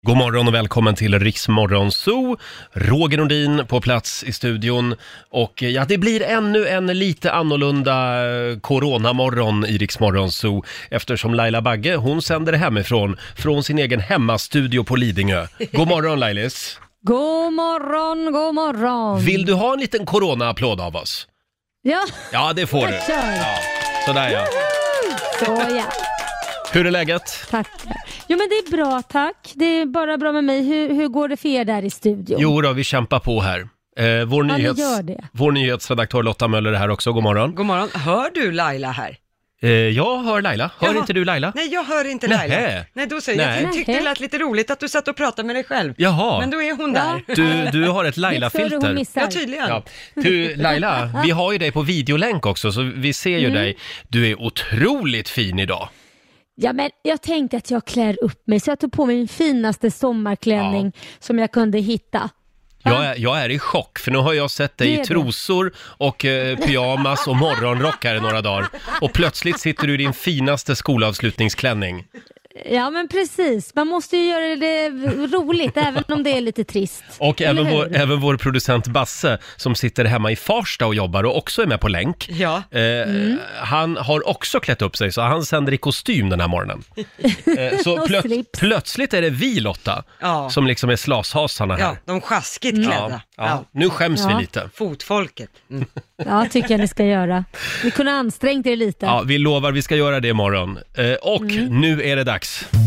God morgon och välkommen till Riksmorgon Zoo. Roger Nordin på plats i studion. Och ja, det blir ännu en lite annorlunda coronamorgon i Riksmorgon Zoo. Eftersom Laila Bagge, hon sänder det hemifrån, från sin egen hemmastudio på Lidingö. God morgon Lailis. God morgon, god morgon. Vill du ha en liten corona-applåd av oss? Ja. Ja, det får du. Ja, sådär ja. Så ja. Hur är läget? Tack. Jo men det är bra, tack. Det är bara bra med mig. Hur går det för er där i studion? Jo då, vi kämpar på här. Vår nyhetsredaktör Lotta Möller är här också. God morgon. God morgon. Hör du Laila här? Jag hör Laila. Hör inte du Laila? Nej, jag hör inte Laila. Nej, då säger jag. Jag tyckte det lät lite roligt att du satt och pratade med dig själv. Jaha. Men då är hon där. Du har ett Laila-filter. Ja, tydligen. Ja. Du, Laila, vi har ju dig på videolänk också, så vi ser ju dig. Du är otroligt fin idag. Ja, men jag tänkte att jag klär upp mig, så jag tog på mig min finaste sommarklänning som jag kunde hitta. Jag är i chock, för nu har jag sett dig i trosor och pyjamas och morgonrock här i några dagar. Och plötsligt sitter du i din finaste skolavslutningsklänning. Ja, men precis. Man måste ju göra det roligt, även om det är lite trist. Och även vår producent Basse, som sitter hemma i Farsta och jobbar och också är med på länk. Ja. Han har också klätt upp sig, så han sänder i kostym den här morgonen. Så plötsligt är det vi, Lotta, som liksom är slashasarna här. Ja, de sjaskigt klädda. Ja. Nu skäms vi lite. Fotfolket. Ja, tycker jag ni ska göra. Ni kunde ansträngt er lite. Ja, vi lovar vi ska göra det imorgon. Och nu är det dags.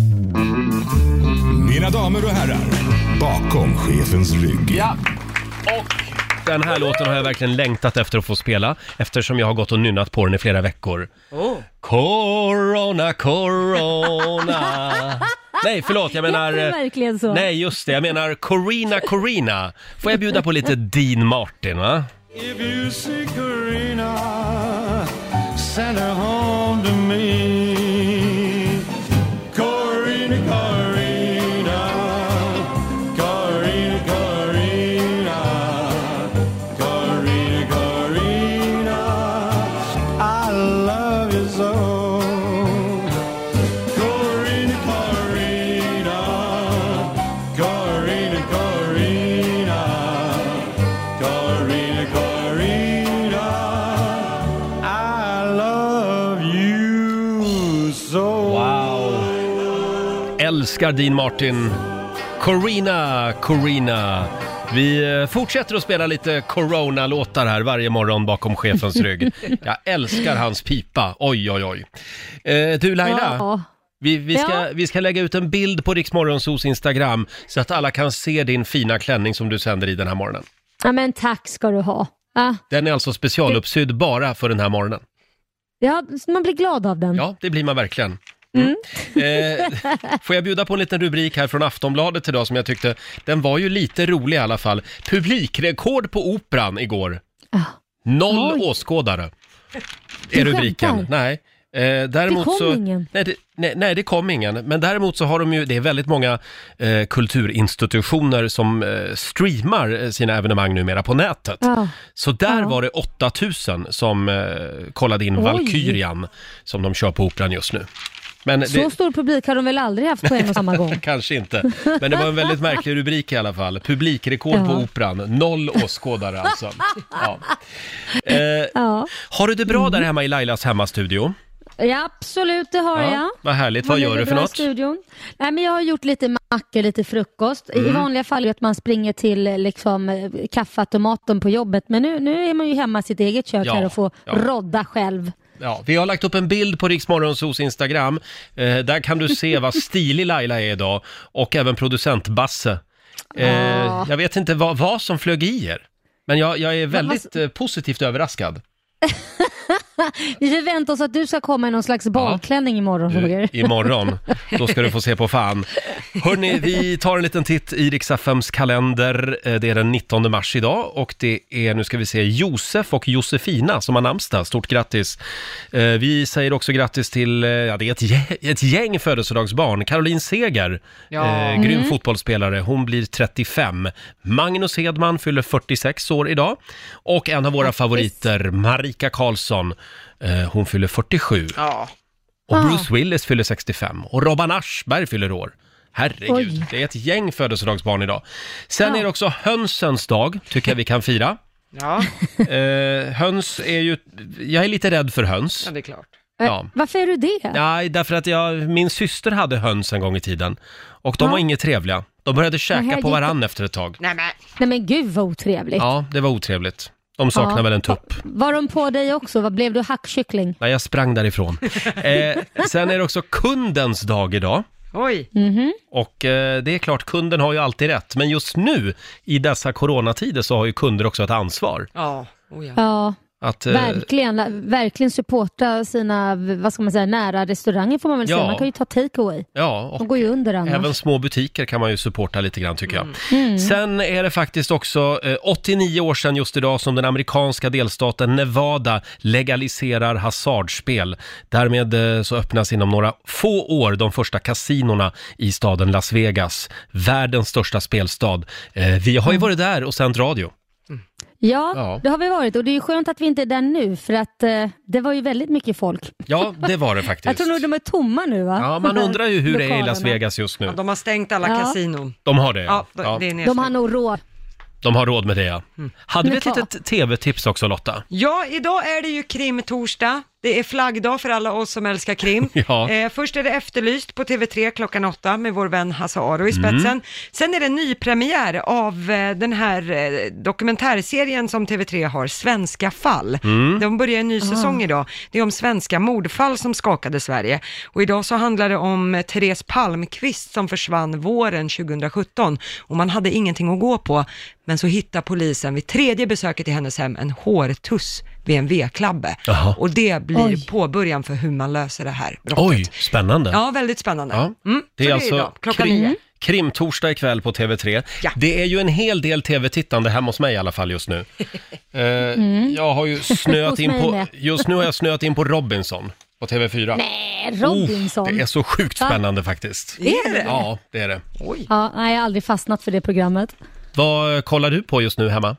Mina damer och herrar, bakom chefens rygg. Ja, och den här låten har jag verkligen längtat efter att få spela, eftersom jag har gått och nynnat på den i flera veckor. Corona, corona. Nej, förlåt, jag menar... Det är verkligen så. Nej, just det, jag menar Corina. Får jag bjuda på lite Dean Martin, va? If you see Corina, send her home to me. Älskar Dean Martin. Corina. Vi fortsätter att spela lite corona-låtar här varje morgon bakom chefens rygg. Jag älskar hans pipa. Oj. Du Laila, vi ska lägga ut en bild på Riksmorgonsos Instagram så att alla kan se din fina klänning som du sänder i den här morgonen. Ja, men tack ska du ha. Den är alltså specialuppsydd bara för den här morgonen. Ja, man blir glad av den. Ja, det blir man verkligen. Får jag bjuda på en liten rubrik här från Aftonbladet idag som jag tyckte, den var ju lite rolig i alla fall. Publikrekord på Operan igår. 0 åskådare är rubriken. Nej. Däremot det kom ingen. Nej, det kom ingen. Men däremot så har de ju, det är väldigt många kulturinstitutioner som streamar sina evenemang numera på nätet. Så där var det 8000 som kollade in Valkyrian som de kör på Operan just nu. Men så stor publik har de väl aldrig haft på en och samma gång? Kanske inte. Men det var en väldigt märklig rubrik i alla fall. Publikrekord på Operan. 0 åskådare alltså. Har du det bra där hemma i Lailas hemmastudio? Ja, absolut, det har jag. Vad härligt. Vad gör du för något? Studion. Nej, men jag har gjort lite mackor, lite frukost. I vanliga fall är att man springer till liksom, kaffeautomaten på jobbet. Men nu är man ju hemma i sitt eget kök här och får rodda själv. Ja, vi har lagt upp en bild på Riksmorgonsos Instagram. Där kan du se vad stilig Laila är idag. Och även producent Basse. Jag vet inte vad som flög i er. Men jag är väldigt positivt överraskad. Vi förväntar oss att du ska komma i någon slags balklänning imorgon, Roger. Imorgon, då ska du få se på fan. Hörrni, vi tar en liten titt i Rix FMs kalender. Det är den 19 mars idag och det är, nu ska vi se, Josef och Josefina som har namnsdag. Stort grattis. Vi säger också grattis till, det är ett gäng födelsedagsbarn. Caroline Seger, grym fotbollsspelare, hon blir 35. Magnus Hedman fyller 46 år idag. Och en av våra favoriter, Marika Karlsson, hon fyller 47. Och Bruce Willis fyller 65. Och Robban Aschberg fyller år. Herregud, det är ett gäng födelsedagsbarn idag. Sen är det också hönsens dag, tycker jag vi kan fira. Ja. Höns är ju... Jag är lite rädd för höns. Ja, det är klart. Ja. Varför är du det? Nej, därför att min syster hade höns en gång i tiden. Och de var inget trevliga. De började käka på varann efter ett tag. Nej men gud vad otrevligt. Ja, det var otrevligt. De saknar väl en tupp. Var de på dig också? Vad blev du, hackkyckling? Nej, jag sprang därifrån. Sen är det också kundens dag idag. Oj. Och det är klart, kunden har ju alltid rätt. Men just nu, i dessa coronatider, så har ju kunder också ett ansvar. Ja. Ja. Att, verkligen supporta sina, vad ska man säga, nära restauranger får man väl säga. Man kan ju ta takeaway. Ja, och de går ju under annars. Även små butiker kan man ju supporta lite grann, tycker jag. Sen är det faktiskt också 89 år sedan just idag som den amerikanska delstaten Nevada legaliserar hasardspel. Därmed så öppnas inom några få år de första kasinorna i staden Las Vegas. Världens största spelstad. Vi har ju varit där och sänt radio. Ja, det har vi varit och det är ju skönt att vi inte är där nu för att det var ju väldigt mycket folk. Ja, det var det faktiskt. Jag tror nog de är tomma nu, va? Ja, man undrar ju hur det är i Las Vegas just nu. Ja, de har stängt alla kasinon. De har det, ja. Det är de har nog råd. De har råd med det, ja. Hade vi ett litet tv-tips också, Lotta? Ja, idag är det ju krimtorsdag. Det är flaggdag för alla oss som älskar krim. Ja. Först är det Efterlyst på TV3 klockan 8 med vår vän Hasse Aro i spetsen. Sen är det nypremiär av den här dokumentärserien som TV3 har, Svenska fall. De börjar en ny säsong idag. Det är om svenska mordfall som skakade Sverige. Och idag så handlar det om Therese Palmqvist som försvann våren 2017. Och man hade ingenting att gå på. Men så hittar polisen vid tredje besöket i hennes hem en hårtuss vid en V-klabbe. Och det blir påbörjan för hur man löser det här brottet. Oj, spännande. Ja, väldigt spännande. Ja. Det är alltså idag, klockan 9. Krimtorsdag ikväll på TV3. Ja. Det är ju en hel del tv-tittande hemma hos mig i alla fall just nu. Jag har ju snöat in på... Just nu har jag snöat in på Robinson på TV4. Nej, Robinson. Det är så sjukt spännande faktiskt. Är det? Ja, det är det. Oj. Ja, nej, jag har aldrig fastnat för det programmet. Vad kollar du på just nu hemma?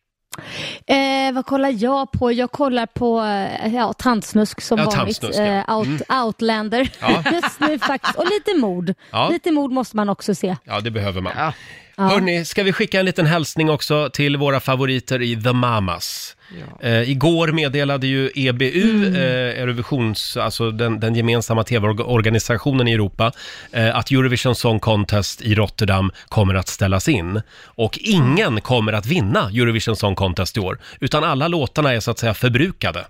Vad kollar jag på? Jag kollar på tantsnusk som vanligt. Tantsnusk, Outlander. Just nu faktiskt. Och lite mord. Lite mord måste man också se. Ja, det behöver man. Hörrni, ska vi skicka en liten hälsning också till våra favoriter i The Mamas? Igår meddelade ju EBU, Eurovisions, alltså den gemensamma tv-organisationen i Europa, att Eurovision Song Contest i Rotterdam kommer att ställas in. Och ingen kommer att vinna Eurovision Song Contest i år, utan alla låtarna är så att säga förbrukade.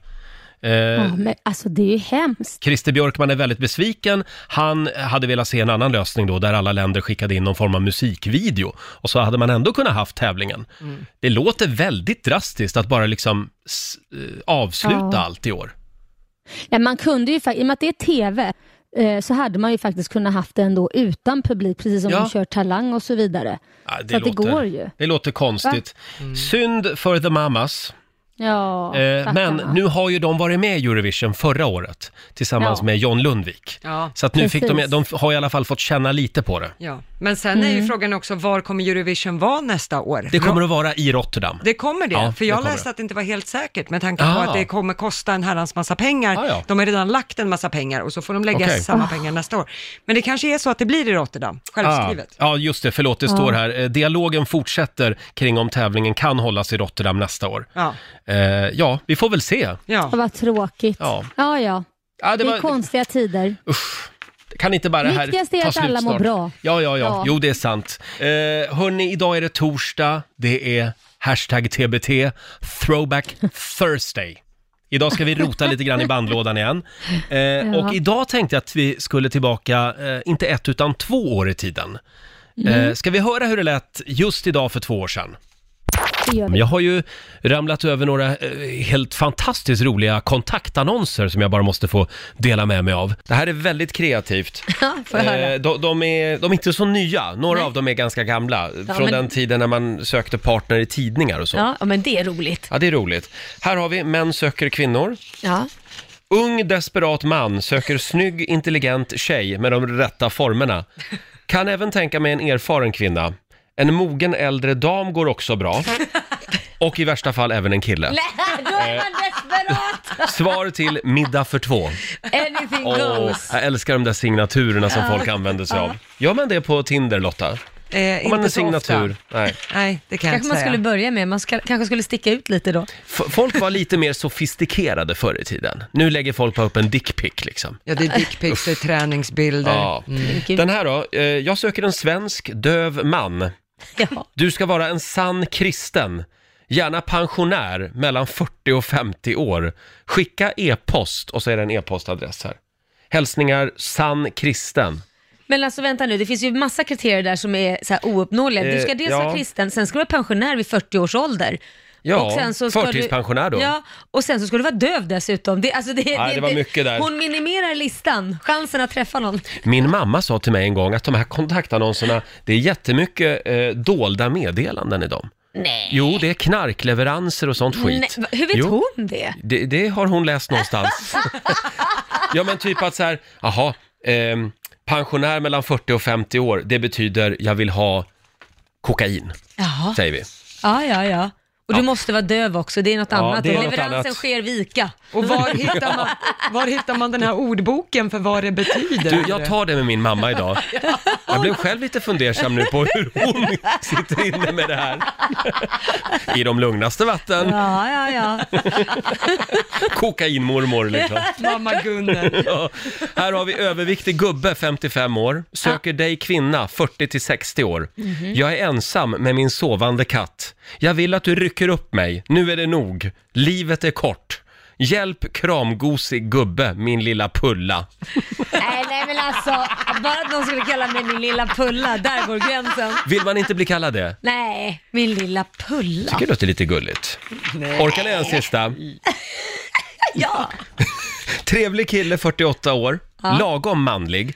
Men alltså det är ju hemskt. Christer Björkman är väldigt besviken. Han hade velat se en annan lösning då, där alla länder skickade in någon form av musikvideo. Och så hade man ändå kunnat haft tävlingen. Det låter väldigt drastiskt att bara liksom avsluta allt i år. Ja, man kunde ju faktiskt, i och med att det är tv, så hade man ju faktiskt kunnat haft det ändå utan publik, precis som de kör Talang och så vidare. Ja, så att det går ju. Det låter konstigt. Synd för The Mamas. Ja, men nu har ju de varit med i Eurovision förra året tillsammans med John Lundvik. Så att nu fick de har i alla fall fått känna lite på det. Ja. Men sen är ju frågan också, var kommer Eurovision vara nästa år? Det kommer att vara i Rotterdam. Det kommer det, för jag läste att det inte var helt säkert med tanke på att det kommer kosta en herrans massa pengar. De har redan lagt en massa pengar och så får de lägga samma pengar nästa år. Men det kanske är så att det blir i Rotterdam, självskrivet. Ja, just det, förlåt, det står här. Dialogen fortsätter kring om tävlingen kan hållas i Rotterdam nästa år. Ja, vi får väl se. Vad tråkigt. Ja, det är konstiga tider. Usch. Kan inte bara här viktigast är att alla mår bra. Ja. Jo, det är sant. Hörni, idag är det torsdag. Det är #TBT, Throwback Thursday. Idag ska vi rota lite grann i bandlådan igen. Och idag tänkte jag att vi skulle tillbaka, inte 1 utan 2 år i tiden. Ska vi höra hur det lät just idag för 2 år sedan? Jag har ju ramlat över några helt fantastiskt roliga kontaktannonser som jag bara måste få dela med mig av. Det här är väldigt kreativt. De är inte så nya. Några av dem är ganska gamla. Från den tiden när man sökte partner i tidningar och så. Ja, men det är roligt. Ja, det är roligt. Här har vi Män söker kvinnor. Ja. Ung desperat man söker snygg, intelligent tjej med de rätta formerna. Kan även tänka mig en erfaren kvinna. En mogen äldre dam går också bra. Och i värsta fall även en kille. Nej, då är man desperat. Svar till middag för 2. Anything goes. Jag älskar de där signaturerna som folk använder sig av. Gör man det på Tinder, Lotta? Om man Inte en så signatur? ofta. Nej, det kan jag Kanske inte man säga. skulle börja med, kanske skulle sticka ut lite då. Folk var lite mer sofistikerade förr i tiden. Nu lägger folk bara upp en dickpic liksom. Ja, det är dickpics, det är träningsbilder. Ja. Den här då, jag söker en svensk döv man. Ja. Du ska vara en sann kristen. Gärna pensionär mellan 40 och 50 år. Skicka e-post och så är det en e-postadress här. Hälsningar sann kristen. Men alltså vänta nu, det finns ju massa kriterier där som är så här ouppnåeliga. Du ska dels vara kristen, sen ska du vara pensionär vid 40 års ålder. Ja, och sen så ska förtidspensionär då. Ja, och sen så ska du vara döv dessutom. Det var mycket där. Hon minimerar listan, chansen att träffa någon. Min mamma sa till mig en gång att de här kontaktannonserna, det är jättemycket dolda meddelanden i dem. Nej. Jo, det är knarkleveranser och sånt skit. Nej, hur vet hon det? Det har hon läst någonstans. Ja, men typ att så här, pensionär mellan 40 och 50 år, det betyder jag vill ha kokain, säger vi. Ja. Och du måste vara döv också, det är något annat. Det är något leveransen annat. sker vika. Och var hittar man den här ordboken för vad det betyder? Du, jag tar det med min mamma idag. Jag blev själv lite fundersam nu på hur hon sitter inne med det här. I de lugnaste vatten. Ja. Kokainmormor liksom. Mamma Gunnel. Ja. Här har vi överviktig gubbe, 55 år. Söker dig kvinna, 40-60 år. Jag är ensam med min sovande katt. Jag vill att du rycker upp mig. Nu är det nog. Livet är kort. Hjälp kramgosig gubbe, min lilla pulla. Nej men alltså, bara att någon skulle kalla mig min lilla pulla, där går gränsen. Vill man inte bli kallad det? Nej, min lilla pulla. Tycker du att det är lite gulligt? Orkar ni en sista? Ja. Trevlig kille, 48 år. Lagom manlig.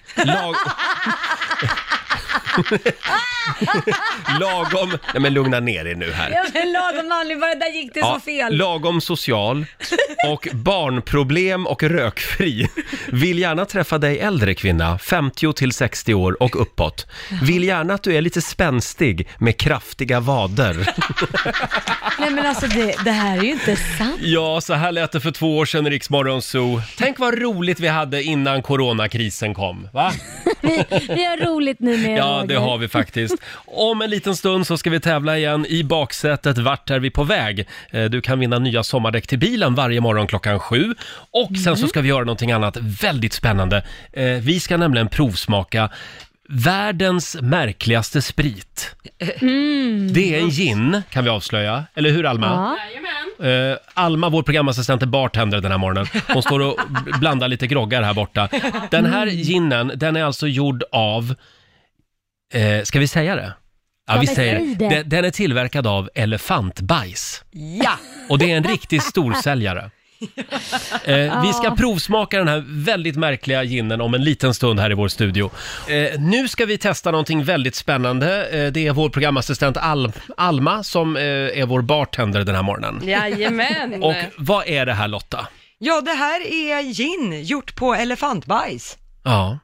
Lagom... Nej men lugna ner er nu här. Ja men lagom manlig, bara där gick det så fel. Lagom social och barnproblem och rökfri. Vill gärna träffa dig äldre kvinna, 50-60 år och uppåt. Vill gärna att du är lite spänstig med kraftiga vader. Nej men alltså det här är ju inte sant. Ja, så här lät det för 2 år sedan i Rix Morgon Zoo. Tänk vad roligt vi hade innan coronakrisen kom, va? Vi har roligt nu med Ja, det har vi faktiskt. Om en liten stund så ska vi tävla igen i baksätet. Vart är vi på väg? Du kan vinna nya sommardäck till bilen varje morgon klockan 7. Och sen så ska vi göra någonting annat väldigt spännande. Vi ska nämligen provsmaka världens märkligaste sprit. Det är en gin, kan vi avslöja. Eller hur, Alma? Ja. Alma, vår programassistent, är bartender den här morgonen. Hon står och blandar lite groggar här borta. Den här ginen, den är alltså gjord av... ska vi säga det? Ja, vi säger det. Den är tillverkad av elefantbajs. Ja! Och det är en riktig storsäljare. Vi ska provsmaka den här väldigt märkliga ginen om en liten stund här i vår studio. Nu ska vi testa någonting väldigt spännande. Det är vår programassistent Alma som är vår bartender den här morgonen. Jajamän! Och vad är det här, Lotta? Ja, det här är gin gjort på elefantbajs. Ja.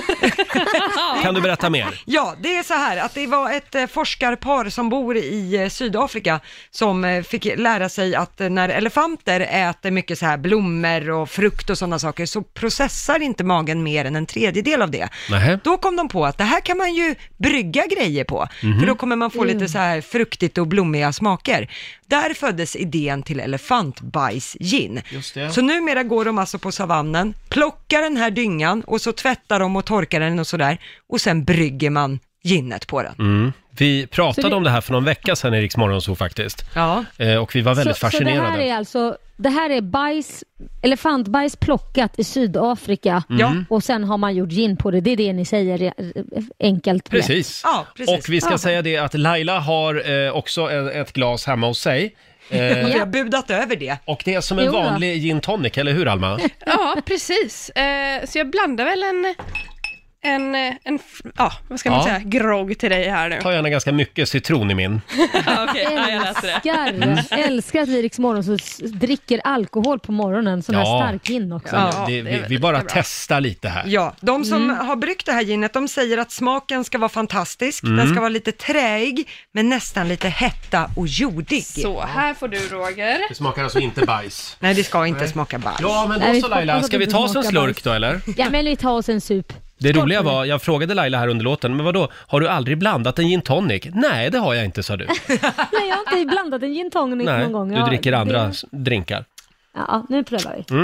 Kan du berätta mer? Ja, det är så här att det var ett forskarpar som bor i Sydafrika som fick lära sig att när elefanter äter mycket så här blommor och frukt och sådana saker så processar inte magen mer än en tredjedel av det. Nähä. Då kom de på att det här kan man ju brygga grejer på, för då kommer man få lite så här fruktigt och blommiga smaker. Där föddes idén till elefantbajsgin. Just det. Så numera går de alltså på savannen, plockar den här dyngan och så tvättar de och torkar den och sådär. Och sen brygger man ginnet på den. Vi pratade om det här för någon vecka sedan i Rix Morgon Zoo faktiskt. Ja. Och vi var väldigt fascinerade. Så det här är alltså, det här är elefantbajs plockat i Sydafrika. Och sen har man gjort gin på det. Det är det ni säger enkelt. Precis. Ja, precis. Och vi ska säga det att Laila har också ett glas hemma hos sig. Vi har budat över det. Och det är som en vanlig gin tonic, eller hur, Alma? Ja, precis. Så jag blandar väl vad ska man säga, grogg till dig här nu. Ta gärna ganska mycket citron i min. Okej, jag läser det. Älskar att vi i Rix Morgon så dricker alkohol på morgonen, sån här stark gin också. Ja, vi bara testar lite här. Ja, de som har bryggt det här ginet, de säger att smaken ska vara fantastisk, den ska vara lite träig, men nästan lite hetta och jordig. Så, här får du, Roger. Det smakar alltså inte bajs. Nej, det ska inte smaka bajs. Ja, men då så Laila, ska vi ta oss en slurk då eller? Ja, men vi tar oss en sup. Det roliga var, jag frågade Laila här under låten, men vadå, har du aldrig blandat en gin tonic? Nej, det har jag inte, sa du. Nej, jag har inte blandat en gin tonic någon gång. Du dricker andra drinkar. Ja, nu prövar vi.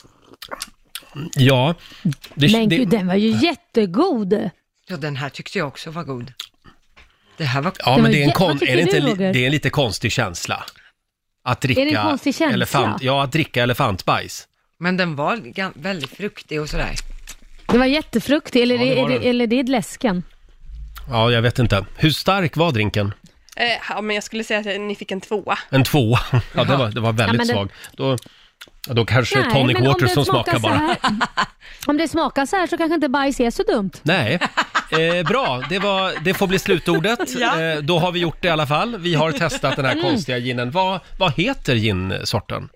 Ja. Men gud, den var ju jättegod. Ja, den här tyckte jag också var god. Det här var... Ja, men det är en lite konstig känsla. Att dricka, är det en konstig känsla? Att dricka elefantbajs. Men den var väldigt fruktig och sådär. Det var jättefruktig, eller det är läsken. Ja, jag vet inte. Hur stark var drinken? Men jag skulle säga att ni fick en 2. En 2? Ja, det var väldigt svag. Då kanske tonic water som smakar bara. Om det smakar så här så kanske inte bajs är så dumt. Nej, bra. Det får bli slutordet. Då har vi gjort det i alla fall. Vi har testat den här konstiga ginen. Vad heter ginsorten?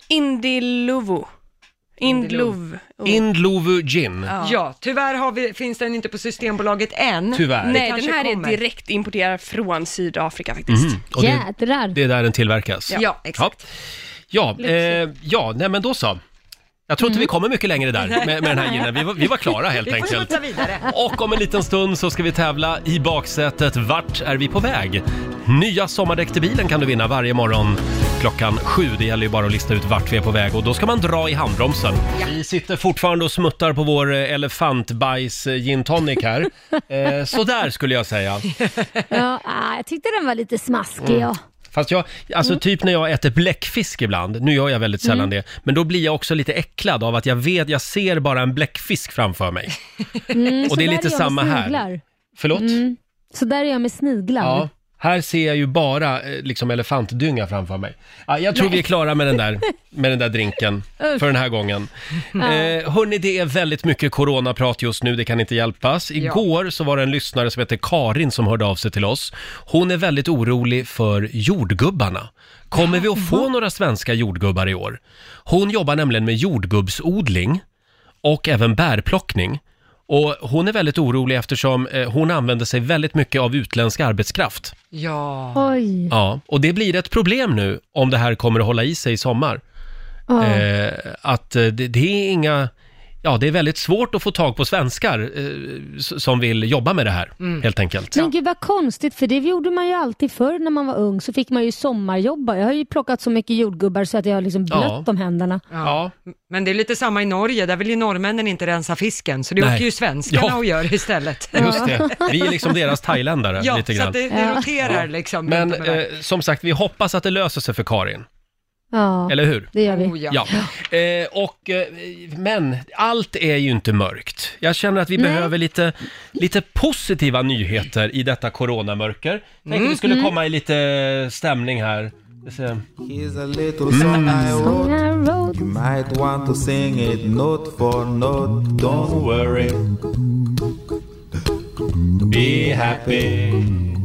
Indlovu gin. Ja, tyvärr finns den inte på Systembolaget än. Tyvärr. Nej, den här är direkt importerad från Sydafrika faktiskt. Och det är där den tillverkas. Ja, exakt. Nej men då så. Jag tror inte vi kommer mycket längre där med den här ginen. Vi var klara helt enkelt. Och om en liten stund så ska vi tävla i baksätet. Vart är vi på väg? Nya sommardäck till bilen kan du vinna varje morgon klockan 7. Det gäller ju bara att lista ut vart vi är på väg. Och då ska man dra i handbromsen. Vi sitter fortfarande och smuttar på vår elefantbajs gin tonic här. Så där skulle jag säga. Ja, jag tyckte den var lite smaskig, Fast typ när jag äter bläckfisk ibland, nu gör jag väldigt sällan det, men då blir jag också lite äcklad av att jag ser bara en bläckfisk framför mig. Och det är lite samma här. Förlåt? Så där är jag med sniglar. Ja, här ser jag ju bara liksom elefantdynga framför mig. Jag tror vi är klara med den där drinken för den här gången. Hörrni, det är väldigt mycket coronaprat just nu, det kan inte hjälpas. Igår så var det en lyssnare som heter Karin som hörde av sig till oss. Hon är väldigt orolig för jordgubbarna. Kommer vi att få några svenska jordgubbar i år? Hon jobbar nämligen med jordgubbsodling och även bärplockning. Och hon är väldigt orolig eftersom hon använder sig väldigt mycket av utländsk arbetskraft. Ja. Oj. Ja, och det blir ett problem nu om det här kommer att hålla i sig i sommar. Att det är inga... Ja, det är väldigt svårt att få tag på svenskar som vill jobba med det här, helt enkelt. Men gud vad konstigt, för det gjorde man ju alltid förr när man var ung. Så fick man ju sommarjobba. Jag har ju plockat så mycket jordgubbar så att jag har liksom blött om händerna. Ja. Men det är lite samma i Norge. Där vill ju norrmännen inte rensa fisken. Så det åker ju svenskarna och gör istället. Just det. Vi är liksom deras thailändare lite grann. Så att det roterar liksom. Men som sagt, vi hoppas att det löser sig för Karin. Ja, eller hur? Det gör vi. Men allt är ju inte mörkt. Jag känner att vi behöver lite positiva nyheter i detta coronamörker. Tänkte vi skulle komma i lite stämning här. Here's a little song I wrote. You might want to sing it note for note. Don't worry. Be happy.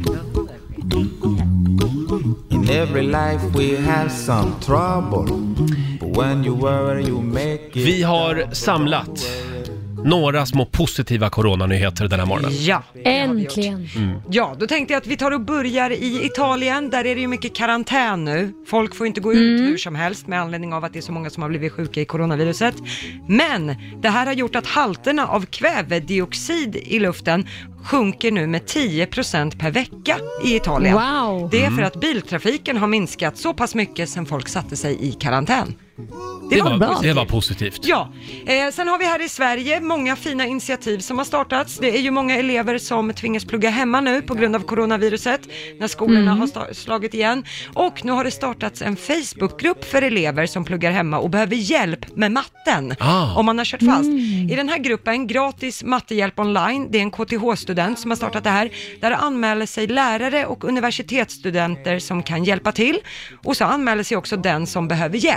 In every life we have some trouble. But when you worry you make it. Vi har samlat några små positiva coronanyheter den här morgonen. Ja, äntligen. Ja, då tänkte jag att vi tar och börjar i Italien. Där är det ju mycket karantän nu. Folk får inte gå ut hur som helst med anledning av att det är så många som har blivit sjuka i coronaviruset. Men det här har gjort att halterna av kvävedioxid i luften sjunker nu med 10% per vecka i Italien. Wow. Det är för att biltrafiken har minskat så pass mycket sedan folk satte sig i karantän. Det var positivt. Ja, sen har vi här i Sverige många fina initiativ som har startats. Det är ju många elever som tvingas plugga hemma nu på grund av coronaviruset när skolorna har slagit igen. Och nu har det startats en Facebookgrupp för elever som pluggar hemma och behöver hjälp med matten om man har kört fast. I den här gruppen, gratis mattehjälp online, det är en KTH-student som har startat det här. Där anmäler sig lärare och universitetsstudenter som kan hjälpa till. Och så anmäler sig också den som behöver hjälp.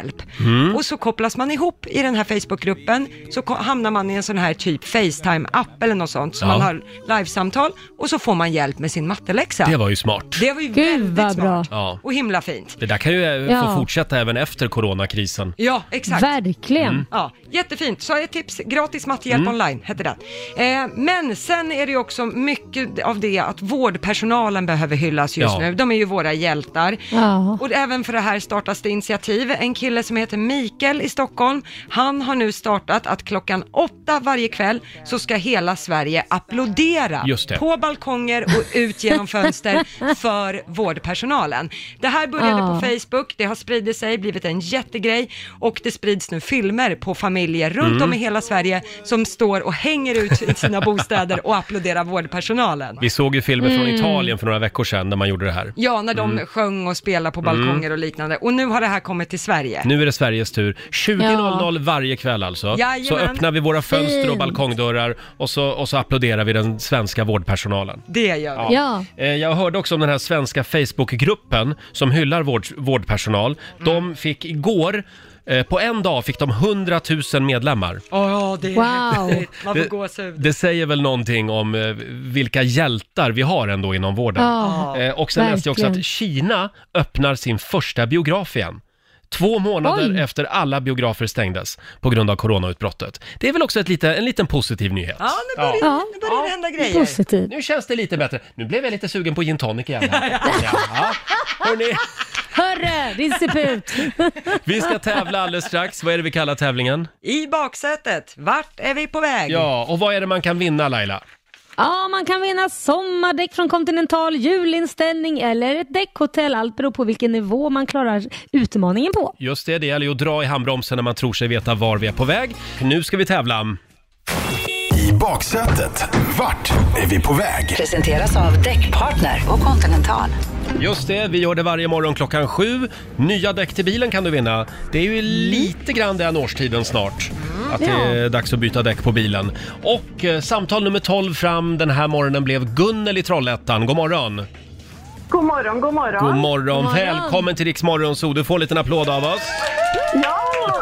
och så kopplas man ihop i den här Facebookgruppen, så hamnar man i en sån här typ FaceTime-app eller något sånt, så man har livesamtal och så får man hjälp med sin matteläxa. Det var ju smart. Det var ju väldigt smart och himla fint. Det där kan ju få fortsätta även efter coronakrisen. Ja, exakt. Verkligen. Ja, jättefint. Så ett tips, gratis mattehjälp online heter det. Men sen är det ju också mycket av det att vårdpersonalen behöver hyllas just nu. De är ju våra hjältar. Ja. Och även för det här startas det initiativ. En kille som heter Mikael i Stockholm, han har nu startat att 8:00 varje kväll så ska hela Sverige applådera på balkonger och ut genom fönster för vårdpersonalen. Det här började på Facebook, det har spridit sig, blivit en jättegrej och det sprids nu filmer på familjer runt om i hela Sverige som står och hänger ut i sina bostäder och applåderar vårdpersonalen. Vi såg ju filmer från Italien för några veckor sedan när man gjorde det här. Ja, när de sjöng och spelade på balkonger och liknande. Och nu har det här kommit till Sverige. Nu är det Sveriges tur. 20.00 varje kväll alltså. Jajamän. Så öppnar vi våra fönster och balkongdörrar och så applåderar vi den svenska vårdpersonalen. Det gör vi. Ja. Jag hörde också om den här svenska Facebookgruppen som hyllar vårdpersonal. De fick igår på en dag fick de 100 000 medlemmar. Det är häftigt. Man får gåshud. Det säger väl någonting om vilka hjältar vi har ändå inom vården. Och sen läste jag också att Kina öppnar sin första biograf igen. 2 månader efter alla biografer stängdes på grund av coronautbrottet. Det är väl också en liten positiv nyhet. Ja, nu börjar det hända grejer. Positiv. Nu känns det lite bättre. Nu blev jag lite sugen på gin tonic igen. Hörrni. Hörre, din seput. Vi ska tävla alldeles strax. Vad är det vi kallar tävlingen? I baksätet. Vart är vi på väg? Ja, och vad är det man kan vinna, Laila? Ja, man kan vinna sommardäck från Continental, julinställning eller ett däckhotell. Allt beror på vilken nivå man klarar utmaningen på. Just det gäller ju att dra i handbromsen när man tror sig veta var vi är på väg. Nu ska vi tävla. I baksätet. Vart är vi på väg? Presenteras av Däckpartner och Continental. Just det, vi gör det varje morgon 7:00. Nya däck till bilen kan du vinna. Det är ju lite grann den årstiden snart. Att det är dags att byta däck på bilen. Och samtal nummer 12 fram den här morgonen blev Gunnel i Trollhättan. God morgon. God morgon, god morgon. God morgon. Välkommen till Rix Morgon så du får en liten applåd av oss. Ja!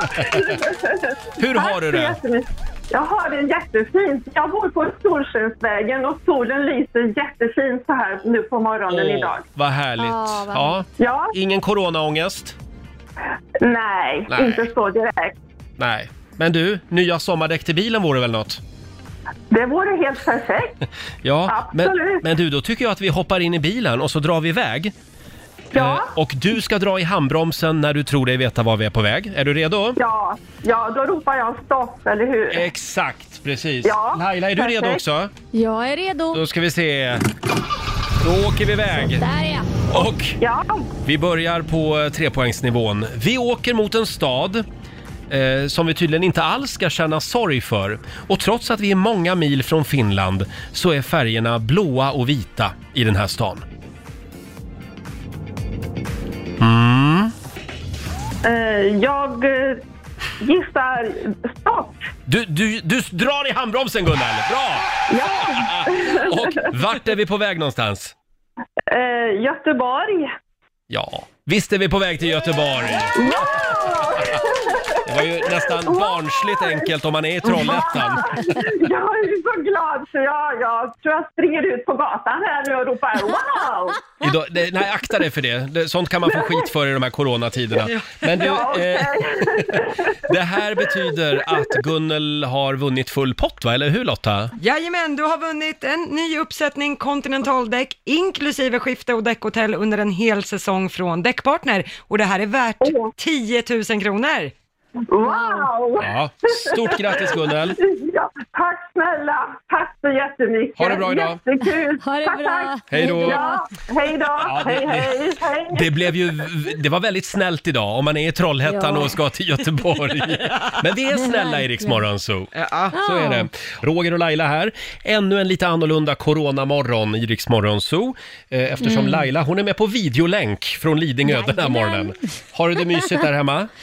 Hur har du det? Jag har det jättefint. Jag bor på Solskensvägen och solen lyser jättefint så här nu på morgonen idag. Vad härligt. Ja. Ingen coronaångest? Nej, inte så direkt. Nej. Men du, nya sommardäck till bilen vore väl något? Det vore helt perfekt. Ja, men du, då tycker jag att vi hoppar in i bilen och så drar vi iväg. Ja. Och du ska dra i handbromsen när du tror dig veta var vi är på väg. Är du redo? Ja, då ropar jag stopp, eller hur? Exakt, precis. Ja, Laila, är du redo också? Jag är redo. Då ska vi se. Då åker vi iväg. Där är jag. Och vi börjar på 3-poängsnivån. Vi åker mot en stad som vi tydligen inte alls ska känna sorg för. Och trots att vi är många mil från Finland så är färgerna blåa och vita i den här stan. Jag gissar stopp. Du drar i handbromsen, Gunnel. Bra! Ja. Och vart är vi på väg någonstans? Göteborg. Ja, visst är vi på väg till Göteborg. Ja! Det var ju nästan barnsligt enkelt om man är i Trollhättan. Jag är så glad så jag tror jag springer ut på gatan här nu och ropar wow! Nej, akta dig för det. Sånt kan man få skit för i de här coronatiderna. Men du, det här betyder att Gunnel har vunnit full pott, va? Eller hur, Lotta? Jajamän, du har vunnit en ny uppsättning Continental-däck inklusive skifte och däckhotell under en hel säsong från Däckpartner. Och det här är värt 10 000 kronor. Wow! Ja, stort grattis, Gunnel. Ja, tack snälla. Tack så jättemycket. Ha det bra idag. Jättekul. Ha det tack, bra. Tack. Hej då. Ja, hej då. Ja, hej. Det var väldigt snällt idag om man är i Trollhättan och ska till Göteborg. Men vi är snälla i Rix Morgon Zoo. Ja, så är det. Roger och Laila här. Ännu en lite annorlunda coronamorgon i Rix Morgon Zoo. Eftersom Laila, hon är med på videolänk från Lidingö den här morgonen. Har du det mysigt där hemma?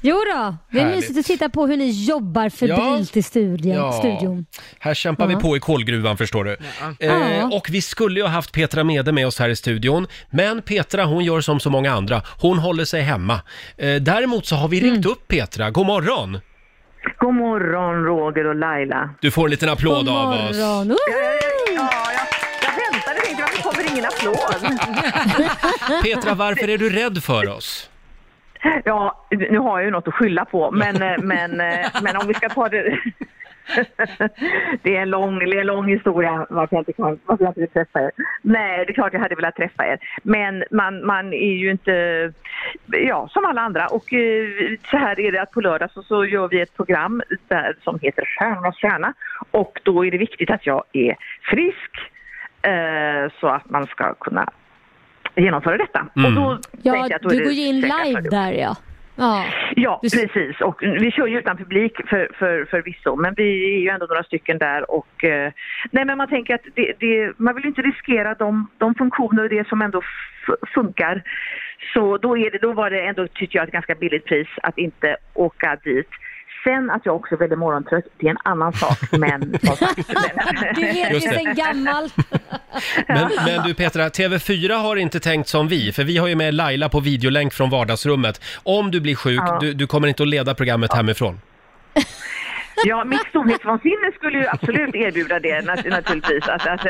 Jo då, det är mysigt att titta på hur ni jobbar febrilt i studion. Här kämpar vi på i kolgruvan, förstår du. Och vi skulle ju ha haft Petra Mede med oss här i studion, men Petra, hon gör som så många andra. Hon håller sig hemma. Däremot så har vi ringt upp Petra. God morgon! God morgon, Roger och Laila. Du får en liten applåd av oss. Jag väntade, tänkte varför kommer ingen applåd? Petra, varför är du rädd för oss? Ja, nu har jag ju något att skylla på, men om vi ska ta det... Det är en lång historia varför jag inte vill träffa er. Nej, det är klart jag hade velat träffa er. Men man är ju inte som alla andra. Och så här är det att på lördag så gör vi ett program där som heter Stjärnornas stjärna. Och då är det viktigt att jag är frisk så att man ska kunna genomföra detta. Och då tänkte jag att du går ju in live där, Ja, precis. Och vi kör ju utan publik förvisso, men vi är ju ändå några stycken där och men man tänker att man vill ju inte riskera de funktioner och det som ändå funkar. Så då var det ändå, tycker jag, ett ganska billigt pris att inte åka dit. Sen att jag också är väldigt morgontrött, det är en annan sak, men... Du vet ju sen gammalt. Men du Petra, TV4 har inte tänkt som vi, för vi har ju med Laila på videolänk från vardagsrummet. Om du blir sjuk, du kommer inte att leda programmet hemifrån. Ja, mitt storhetsvansinne skulle ju absolut erbjuda det, naturligtvis.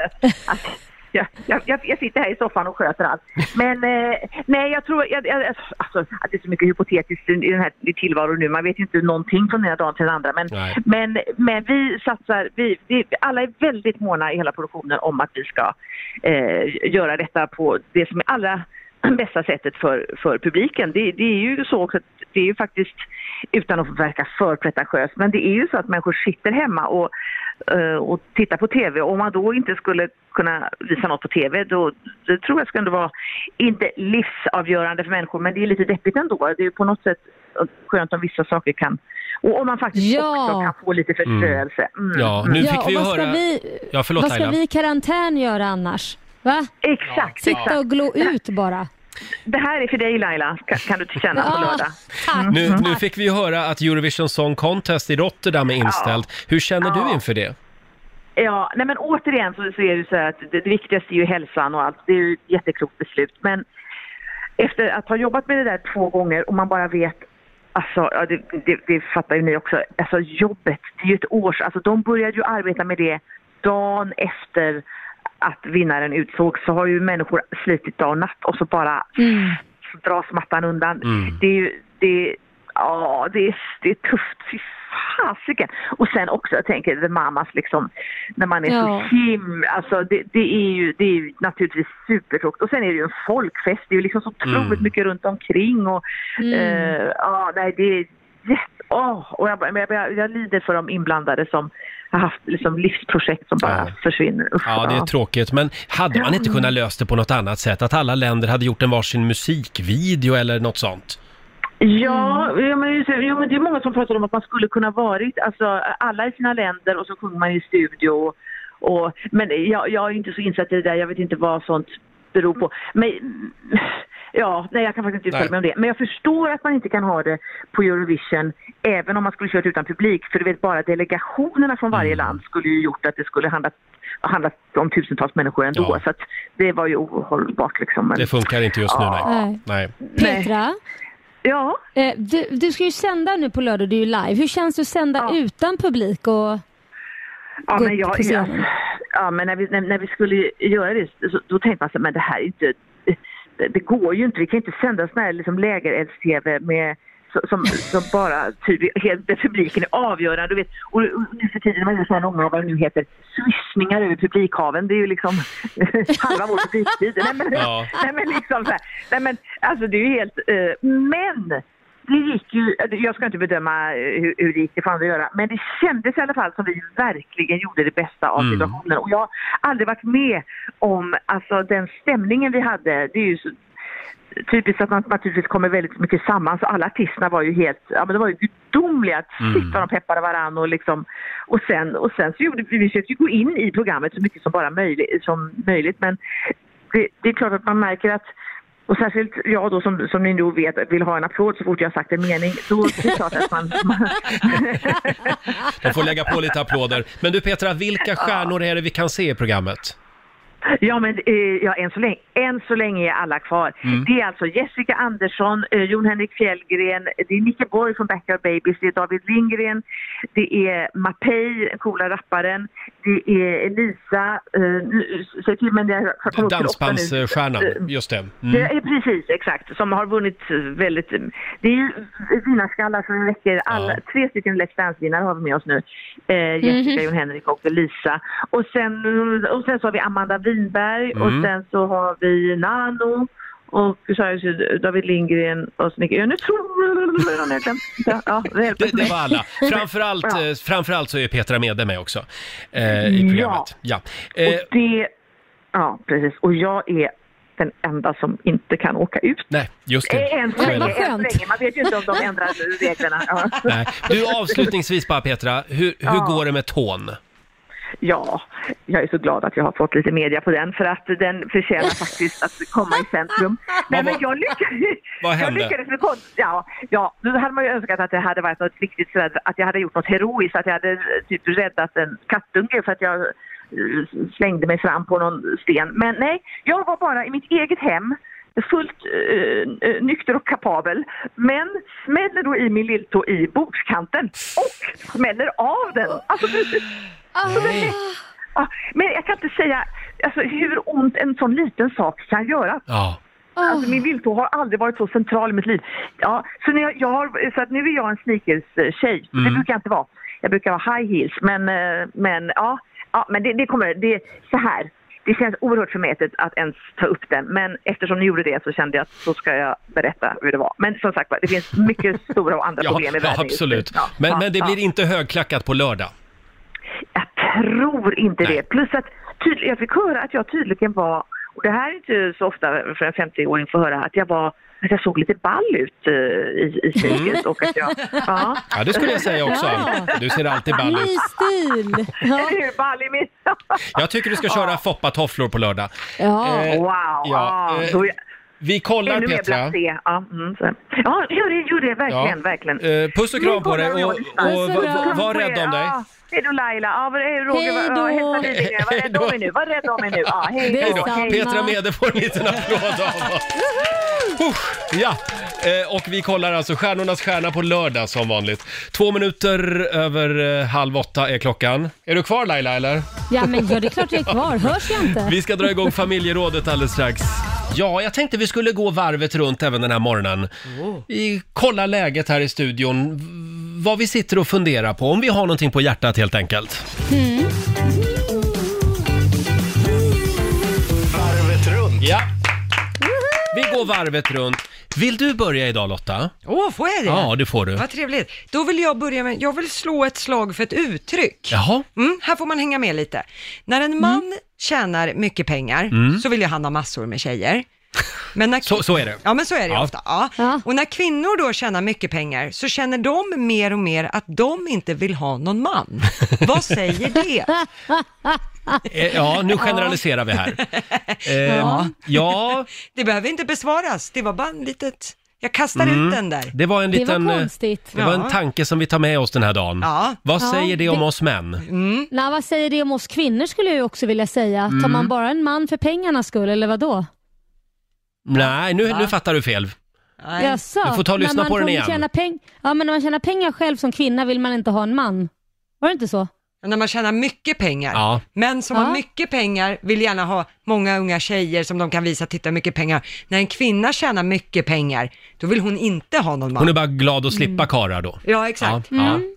Jag sitter här i soffan och sköter allt. Men nej, jag tror alltså, att det är så mycket hypotetiskt i den här tillvaron nu. Man vet ju inte någonting från den ena dagen till den andra. Men vi satsar, alla är väldigt måna i hela produktionen om att vi ska göra detta på det som är allra bästa sättet för publiken. Det är ju så också att det är ju faktiskt, utan att verka för pretentiöst, men det är ju så att människor sitter hemma och tittar på tv, och om man då inte skulle kunna visa något på tv, då det tror jag ska ändå vara inte livsavgörande för människor, men det är lite deppigt ändå. Det är ju på något sätt skönt om vissa saker kan, och om man faktiskt också kan få lite förströelse. Ja, nu fick vi ju höra... Vad ska vi i karantän göra annars? Va? Exakt. Sitta och glå ut bara. Det här är för dig, Laila, kan du känna på lördag. Nu fick vi ju höra att Eurovision Song Contest i Rotterdam är inställt. Hur känner du inför det? Ja, nej men återigen så är det så att det viktigaste är ju hälsan och allt. Det är ju ett jätteklokt beslut. Men efter att ha jobbat med det där 2 gånger och man bara vet, alltså, det fattar ju ni också, alltså jobbet, det är ju ett års, alltså de började ju arbeta med det dagen efter att vinnaren utsågs, så har ju människor slitit dag och natt och så bara så dras mattan undan. Det är tufft, fy fasiken. Och sen också, jag tänker, The Mamas liksom, när man är så alltså det är ju naturligtvis supertråkigt. Och sen är det ju en folkfest, det är ju liksom så otroligt mycket runt omkring och nej, det är och jag lider för de inblandade som har haft liksom livsprojekt som bara försvinner. Ja, det är tråkigt. Men hade man inte kunnat lösa det på något annat sätt? Att alla länder hade gjort en varsin musikvideo eller något sånt? Ja, men det är många som pratar om att man skulle kunna varit, alltså alla i sina länder, och så sjunger man i studio. Men jag är inte så insatt i det där, jag vet inte vad sånt beror på. Men jag kan faktiskt inte uttala mig om det. Men jag förstår att man inte kan ha det på Eurovision även om man skulle kört utan publik. För du vet, bara delegationerna från varje land skulle ju gjort att det skulle handla om tusentals människor ändå. Ja. Så att det var ju ohållbart liksom. Men... Det funkar inte just nu, nej. Petra? Ja? Du ska ju sända nu på lördag, du är ju live. Hur känns det att sända utan publik och gå upp på scenen? Men när vi skulle göra det då tänkte man så, men det här är inte... Det går ju inte, vi kan inte sända sån här liksom lägerelds-tv med som bara helt publiken är avgörande, du vet. Och nu för tiden man gör såna långa, vad det nu heter, swishningar över publikhaven, det är ju liksom halva vår publiktid. Nej men liksom så här. Nej men alltså det är ju helt men det gick ju, jag ska inte bedöma hur det gick, det får andra göra, men det kändes i alla fall som vi verkligen gjorde det bästa av situationen. Och jag har aldrig varit med om, alltså den stämningen vi hade, det är ju så typiskt att man naturligtvis kommer väldigt mycket samman, så alla artisterna var ju helt, men det var ju gudomliga att sitta och peppade varann och liksom, och sen så gjorde vi försökte gå in i programmet så mycket som bara möjligt, men det är klart att man märker att Och särskilt jag då som ni nog vet vill ha en applåd så fort jag har sagt en mening. Då är det klart att man... De får lägga på lite applåder. Men du Petra, vilka stjärnor är det vi kan se i programmet? Ja, men än så länge är alla kvar. Det är alltså Jessica Andersson, Jon Henrik Fjällgren, det är Nicke Borg från Backyard Babies, det är David Lindgren, det är Mapei, den coola rapparen, det är Elisa, säg till men jag kommer dansbandsstjärnan, just det. Det är precis, exakt, som har vunnit väldigt, det är ju vinnarskallar som räcker, alla 3 stycken Let's Dance-vinnare har vi med oss nu, Jessica, Jon Henrik och Elisa, och sen så har vi Amanda Winberg och sen så har vi Nano och så har David Lindgren och så mycket. Nu tror jag det var alla. Framförallt så är Petra Mede med också i programmet. Ja. Precis. Och jag är den enda som inte kan åka ut. Nej, just det. Än så länge. Man vet ju inte om de ändrar reglerna. Ja. Nej. Du, avslutningsvis bara Petra, hur går det med tån? Ja, jag är så glad att jag har fått lite media på den för att den förtjänar faktiskt att komma i centrum. Nej, men jag lyckades med konst. Ja, nu hade man ju önskat att det hade varit något riktigt så att jag hade gjort något heroiskt, att jag hade typ räddat en kattunge för att jag slängde mig fram på någon sten. Men nej, jag var bara i mitt eget hem fullt nykter och kapabel, men smäller då i min lilltå i bordskanten och smäller av den. Alltså men jag kan inte säga hur ont en sån liten sak kan göra. Alltså, min lilltå har aldrig varit så central i mitt liv. Ja, så nu är jag en sneakers-tjej. Det brukar jag inte vara. Jag brukar ha high heels, men det kommer så här. Det känns oerhört förmätet att ens ta upp den. Men eftersom ni gjorde det så kände jag att så ska jag berätta hur det var. Men som sagt, det finns mycket stora och andra problem i världen. Ja, absolut. Men det blir inte högklackat på lördag? Jag tror inte det. Plus att jag fick höra att jag tydligen var, och det här är inte så ofta för en 50-åring får höra, att jag såg lite ball ut i sniket och att jag... Ja, det skulle jag säga också. Du ser alltid ball ut. Ny stil! Ball i mitt. Jag tycker du ska köra foppatofflor på lördag. Wow. Vi kollar, Petra. Ja, gör det verkligen, verkligen. Puss och kram på dig och var rädd om dig. Hej då Laila. Var rädd om mig nu. Hej då. Petra Mede får en liten applåd av oss. Och vi kollar alltså Stjärnornas stjärna på lördag som vanligt. 2 minuter över 7:30 är klockan. Är du kvar Laila eller? Ja, men det är klart jag är kvar. Hörs jag inte? Vi ska dra igång familjerådet alldeles strax. Ja, jag tänkte vi skulle gå varvet runt även den här morgonen. Vi kollar läget här i studion. Vad vi sitter och funderar på. Om vi har någonting på hjärtat helt enkelt. Varvet runt. Ja. Vi går varvet runt. Vill du börja idag Lotta? Får jag det? Ja, det får du. Vad trevligt. Då vill jag börja med, jag vill slå ett slag för ett uttryck. Jaha. Här får man hänga med lite. När en man tjänar mycket pengar så vill han ha massor med tjejer. Men när så är det. Ja, men så är det ofta. Ja. Och när kvinnor då tjänar mycket pengar så känner de mer och mer att de inte vill ha någon man. Vad säger det? Ja, nu generaliserar vi här. Ja. Det behöver inte besvaras. Det var bara en litet... Jag kastar ut den där. Det var en liten... Det var konstigt. Det var en tanke som vi tar med oss den här dagen. Ja. Vad säger det om oss män? Nej, vad säger det om oss kvinnor skulle jag också vilja säga. Tar man bara en man för pengarnas skull, eller vad då? Nej, nu fattar du fel. Jaså? Du får ta och lyssna på den igen. Men när man tjänar pengar själv som kvinna vill man inte ha en man. Var det inte så? När man tjänar mycket pengar. Män som har mycket pengar vill gärna ha många unga tjejer som de kan visa, titta mycket pengar. När en kvinna tjänar mycket pengar, då vill hon inte ha någon man. Hon är bara glad att slippa karlar då. Ja, exakt.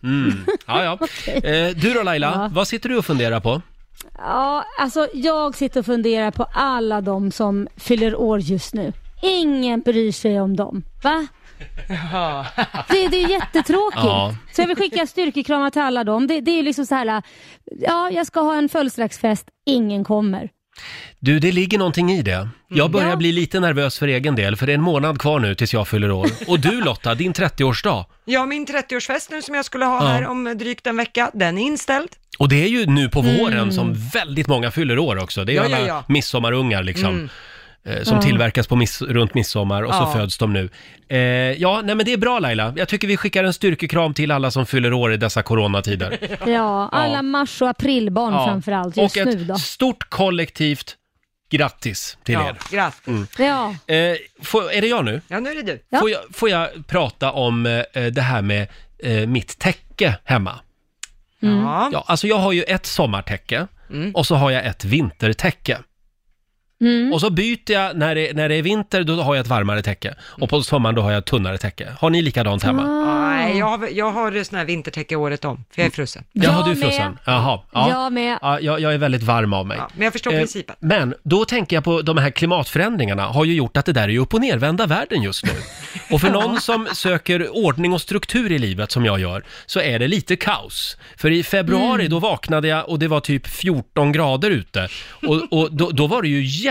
Du då Laila, vad sitter du och funderar på? Ja, alltså jag sitter och funderar på alla de som fyller år just nu. Ingen bryr sig om dem, va? Det är jättetråkigt. Så jag vill skicka styrkekramar till alla dem. Det är ju liksom så här, jag ska ha en födelsedagsfest, ingen kommer. Du, det ligger någonting i det. Jag börjar bli lite nervös för egen del, för det är en månad kvar nu tills jag fyller år. Och du Lotta, din 30-årsdag. Ja, min 30-årsfest nu som jag skulle ha här om drygt en vecka, den är inställd. Och det är ju nu på våren som väldigt många fyller år också. Det är ju alla midsommarungar liksom. som tillverkas på runt midsommar och så föds de nu. Men det är bra Laila. Jag tycker vi skickar en styrkekram till alla som fyller år i dessa coronatider. Ja, alla mars- och aprilbarn framförallt just och nu då. Och ett stort kollektivt grattis till er. Grattis. Ja. Är det jag nu? Ja, nu är det du. Ja. Får jag prata om det här med mitt täcke hemma? Ja, alltså jag har ju ett sommartäcke och så har jag ett vintertäcke. Och så byter jag, när det är vinter då har jag ett varmare täcke och på sommaren då har jag ett tunnare täcke. Har ni likadant hemma? Nej, jag har sån här vintertäcke året om, för jag är frusen. Jaha, du är frusen. Jaha. Ja. Jag med. Ja, jag är väldigt varm av mig. Ja, men jag förstår principen. Men då tänker jag på de här klimatförändringarna har ju gjort att det där är ju upp- och nervända världen just nu. Och för någon som söker ordning och struktur i livet som jag gör så är det lite kaos. För i februari då vaknade jag och det var typ 14 grader ute. Och då var det ju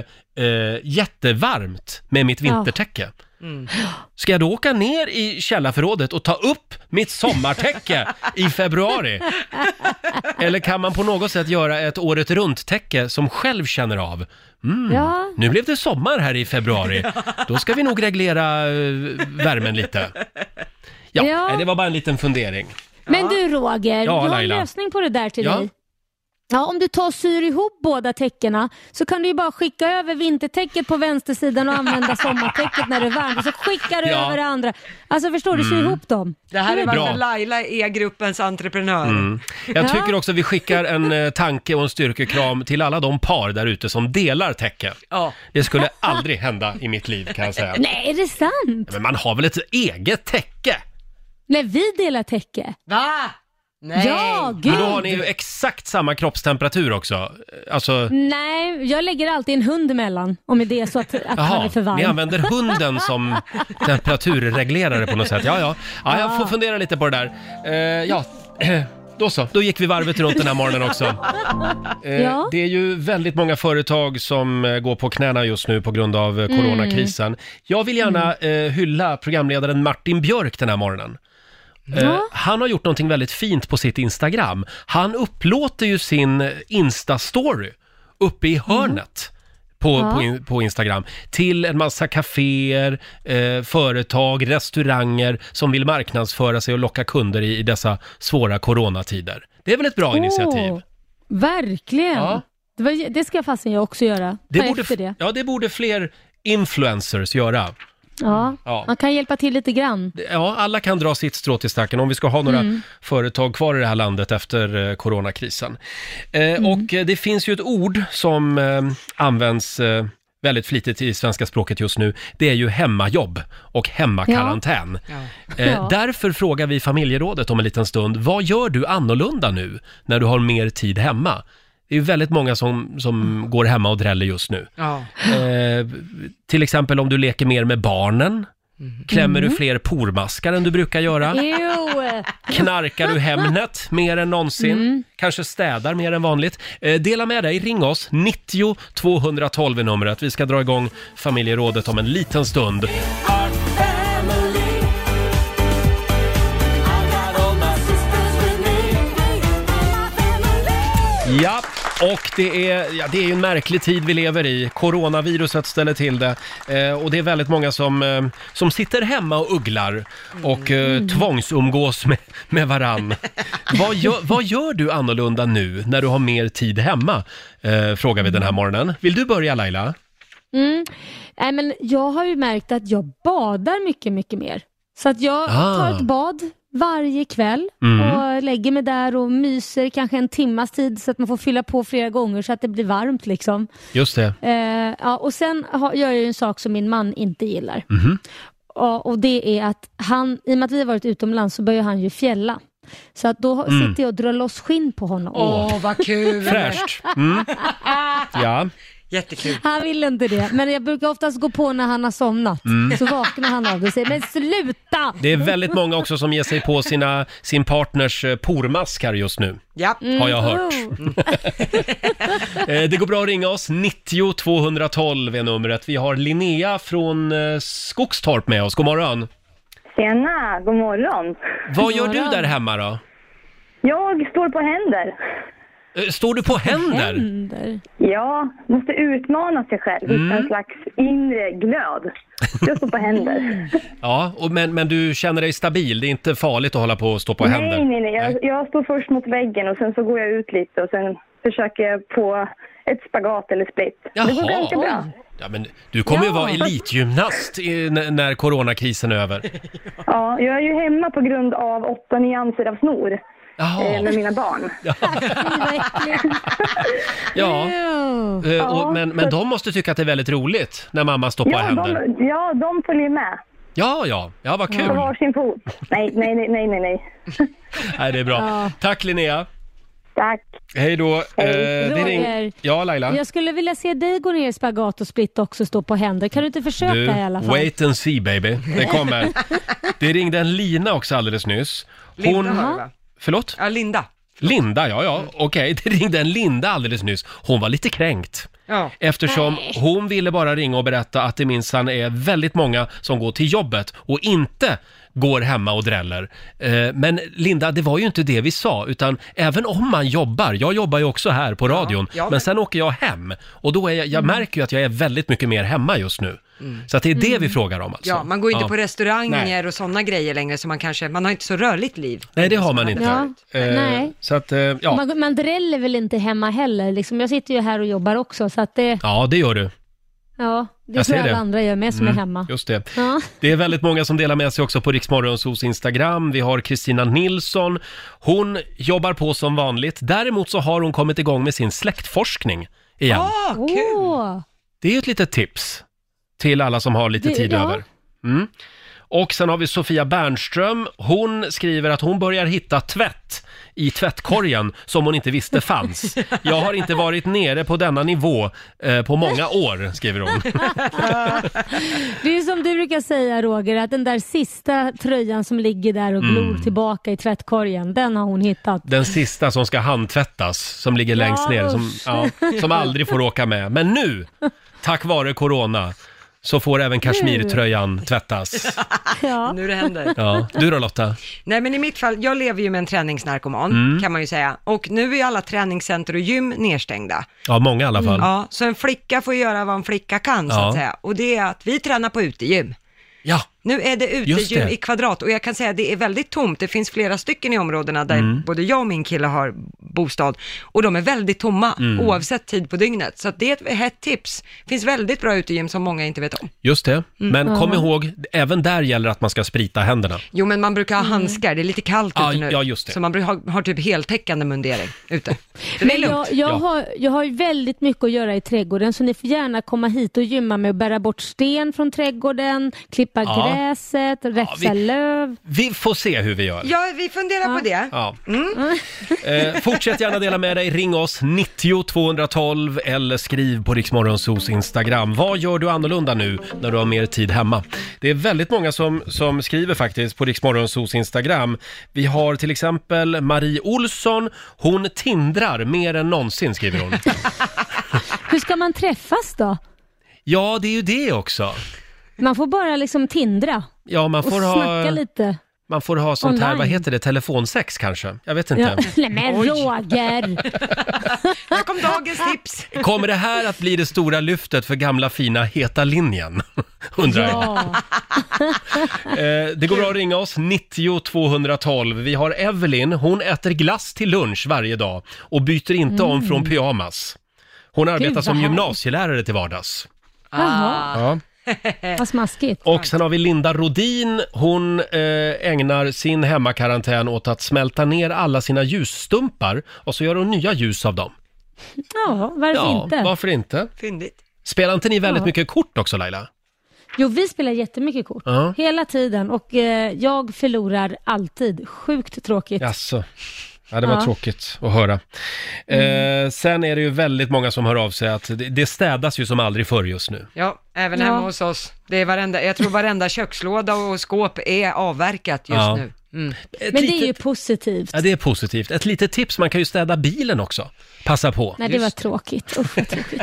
jättevarmt med mitt vintertäcke. Ska jag då åka ner i källarförrådet och ta upp mitt sommartäcke i februari? Eller kan man på något sätt göra ett året runt-täcke som själv känner av? Nu blev det sommar här i februari. Då ska vi nog reglera värmen lite. Ja, det var bara en liten fundering. Men du Roger, jag har en Laila. lösning på det där till dig. Ja, om du tar och syr ihop båda täckena så kan du ju bara skicka över vintertäcket på vänstersidan och använda sommartäcket när det är varmt och så skickar du över det andra. Alltså förstår du, syr ihop dem. Det här är bra. varför Laila är gruppens entreprenör. Jag tycker också vi skickar en tanke och en styrkekram till alla de par där ute som delar täcke. Det skulle aldrig hända i mitt liv kan jag säga. Nej, är det sant? Men man har väl ett eget täcke? När vi delar täcke. Va? Nej. Ja, gud. Men då har ni ju exakt samma kroppstemperatur också. Alltså... Nej, jag lägger alltid en hund emellan om det är så att han är för varm. Ni använder hunden som temperaturreglerare på något sätt. Ja, jag får fundera lite på det där. Då så, då gick vi varvet runt den här morgonen också. Det är ju väldigt många företag som går på knäna just nu på grund av coronakrisen. Jag vill gärna hylla programledaren Martin Björk den här morgonen. Han har gjort någonting väldigt fint på sitt Instagram. Han upplåter ju sin Insta-story uppe i hörnet på Instagram till en massa kaféer, företag, restauranger som vill marknadsföra sig och locka kunder i dessa svåra coronatider. Det är väl ett bra initiativ? Verkligen! Ja. Det ska fasen jag också göra. Det borde fler influencers göra. Ja, man kan hjälpa till lite grann. Ja, alla kan dra sitt strå till stacken om vi ska ha några företag kvar i det här landet efter coronakrisen. Och det finns ju ett ord som används väldigt flitigt i svenska språket just nu. Det är ju hemmajobb och hemmakarantän. Därför frågar vi familjerådet om en liten stund. Vad gör du annorlunda nu när du har mer tid hemma? Det är ju väldigt många som går hemma och dräller just nu. Till exempel om du leker mer med barnen. Klämmer du fler pormaskar än du brukar göra? Knarkar du Hemnet mer än någonsin? Kanske städar mer än vanligt? Dela med dig, ring oss. 90 212 är numret. Vi ska dra igång familjerådet om en liten stund. Ja, och det är ju en märklig tid vi lever i. Coronaviruset ställer till det. Och det är väldigt många som sitter hemma och ugglar och tvångsumgås med varann. Vad gör du annorlunda nu när du har mer tid hemma? Frågar vi den här morgonen. Vill du börja, Laila? Nej, men jag har ju märkt att jag badar mycket, mycket mer. Så att jag tar ett bad varje kväll och lägger mig där och myser kanske en timmas tid så att man får fylla på flera gånger så att det blir varmt liksom. Just det. Och sen gör jag ju en sak som min man inte gillar. Och det är att han, i och med att vi har varit utomlands så börjar han ju fjälla. Så att då sitter jag och drar loss skinn på honom. Vad kul! Fräscht. Ja. Jättekul. Han vill inte det, men jag brukar oftast gå på när han har somnat. Så vaknar han av det och säger, men sluta! Det är väldigt många också som ger sig på sin partners pormaskar just nu. Ja. Har jag hört. Det går bra att ringa oss. 90 212 är numret. Vi har Linnea från Skogstorp med oss. God morgon. Tjena, god morgon. Vad gör du där hemma då? Jag står på händer. Står du på händer? Ja, måste utmana sig själv. Hitta en slags inre glöd. Jag står på händer. Ja, men du känner dig stabil. Det är inte farligt att hålla på och stå på händer. Nej. Jag står först mot väggen och sen så går jag ut lite och sen försöker jag på ett spagat eller split. Det går ganska bra. Ja, men du kommer ju vara elitgymnast när coronakrisen är över. Ja, jag är ju hemma på grund av 8 nyanser av snor. Med mina barn. Men de måste tycka att det är väldigt roligt när mamma står på händer. De följer med. Ja, vad kul. På varsin fot. Nej. Nej, det är bra. Ja. Tack Linnea. Tack. Hej då. Roger. Ja, Laila. Jag skulle vilja se dig gå ner i spagat och split också stå på händer. Kan du inte försöka i alla fall? Wait and see baby. Det kommer. Det ringde en Lina också alldeles nyss. Linda har du, va? Förlåt? Ja, Linda. Linda, ja. Okej, det ringde en Linda alldeles nyss. Hon var lite kränkt. Ja. Eftersom hon ville bara ringa och berätta att det minsann är väldigt många som går till jobbet och inte går hemma och dräller. Men Linda, det var ju inte det vi sa, utan även om man jobbar, jag jobbar ju också här på radion, men sen åker jag hem och då är jag märker ju att jag är väldigt mycket mer hemma just nu. Så att det är det vi frågar om alltså. Ja, man går inte på restauranger och sådana grejer längre, så man har inte så rörligt liv. Nej, det har man inte. Nej. Så att, man dräller väl inte hemma heller. Liksom, jag sitter ju här och jobbar också, så att det... Ja, det gör du. Ja, det tror jag alla andra gör med som är hemma. Just det. Ja. Det är väldigt många som delar med sig också på Riksmorgonsos Instagram. Vi har Kristina Nilsson. Hon jobbar på som vanligt. Däremot så har hon kommit igång med sin släktforskning igen. Kul! Det är ju ett litet tips till alla som har lite tid över. Och sen har vi Sofia Bernström. Hon skriver att hon börjar hitta tvätt i tvättkorgen som hon inte visste fanns. Jag har inte varit nere på denna nivå på många år, skriver hon. Det är som du brukar säga, Roger, att den där sista tröjan som ligger där och glor tillbaka i tvättkorgen, den har hon hittat. Den sista som ska handtvättas, som ligger längst ner, som aldrig får åka med. Men nu, tack vare corona, så får även kashmirtröjan tvättas. Nu det händer. Ja. Du då, Lotta? Nej, men i mitt fall, jag lever ju med en träningsnarkoman, kan man ju säga. Och nu är ju alla träningscenter och gym nedstängda. Ja, många i alla fall. Ja, så en flicka får göra vad en flicka kan, så att säga. Och det är att vi tränar på utegym. Ja. Nu är det utegym i Kvadrat och jag kan säga att det är väldigt tomt. Det finns flera stycken i områdena där både jag och min kille har bostad och de är väldigt tomma oavsett tid på dygnet. Så att det är ett tips. Det finns väldigt bra utegym som många inte vet om. Just det, men kom ihåg, även där gäller att man ska sprita händerna. Jo, men man brukar ha handskar, det är lite kallt ute nu. Ja, just det. Så man brukar ha typ heltäckande mundering ute. Så men det är lugnt. Jag har ju väldigt mycket att göra i trädgården, så ni får gärna komma hit och gymma med att bära bort sten från trädgården, klippa gräset, räfsa löv. Vi får se hur vi gör. Ja, vi funderar på det. Ja. Fortsätt gärna dela med dig. Ring oss 90 212 eller skriv på Riksmorgonsos Instagram. Vad gör du annorlunda nu när du har mer tid hemma? Det är väldigt många som skriver faktiskt på Riksmorgonsos Instagram. Vi har till exempel Marie Olsson. Hon tindrar mer än någonsin, skriver hon. Hur ska man träffas då? Ja, det är ju det också. Man får bara liksom tindra. Ja, man får snacka lite. Man får ha sånt online. här, vad heter det, telefonsex kanske? Jag vet inte. Nej men Roger! Här kom dagens tips. Kommer det här att bli det stora lyftet för gamla fina heta linjen? Undrar jag. Det går bra att ringa oss, 90 212. Vi har Evelyn, hon äter glass till lunch varje dag och byter inte om från pyjamas. Hon arbetar som gymnasielärare till vardags. Ja. Vad smaskigt. Och sen har vi Linda Rodin. Hon ägnar sin hemmakarantän åt att smälta ner alla sina ljusstumpar och så gör hon nya ljus av dem. Ja, varför inte? Varför inte? Fyndigt. Spelar inte ni väldigt mycket kort också, Laila? Jo, vi spelar jättemycket kort. Hela tiden. Och jag förlorar alltid. Sjukt tråkigt. Jaså. Ja, det var tråkigt att höra. Sen är det ju väldigt många som hör av sig att det städas ju som aldrig förr just nu. Ja, även hemma hos oss. Det är jag tror varenda kökslåda och skåp är avverkat just nu. Men det är ju positivt. Ja, det är positivt. Ett litet tips, man kan ju städa bilen också. Passa på. Nej, det var tråkigt. Usch, vad tråkigt.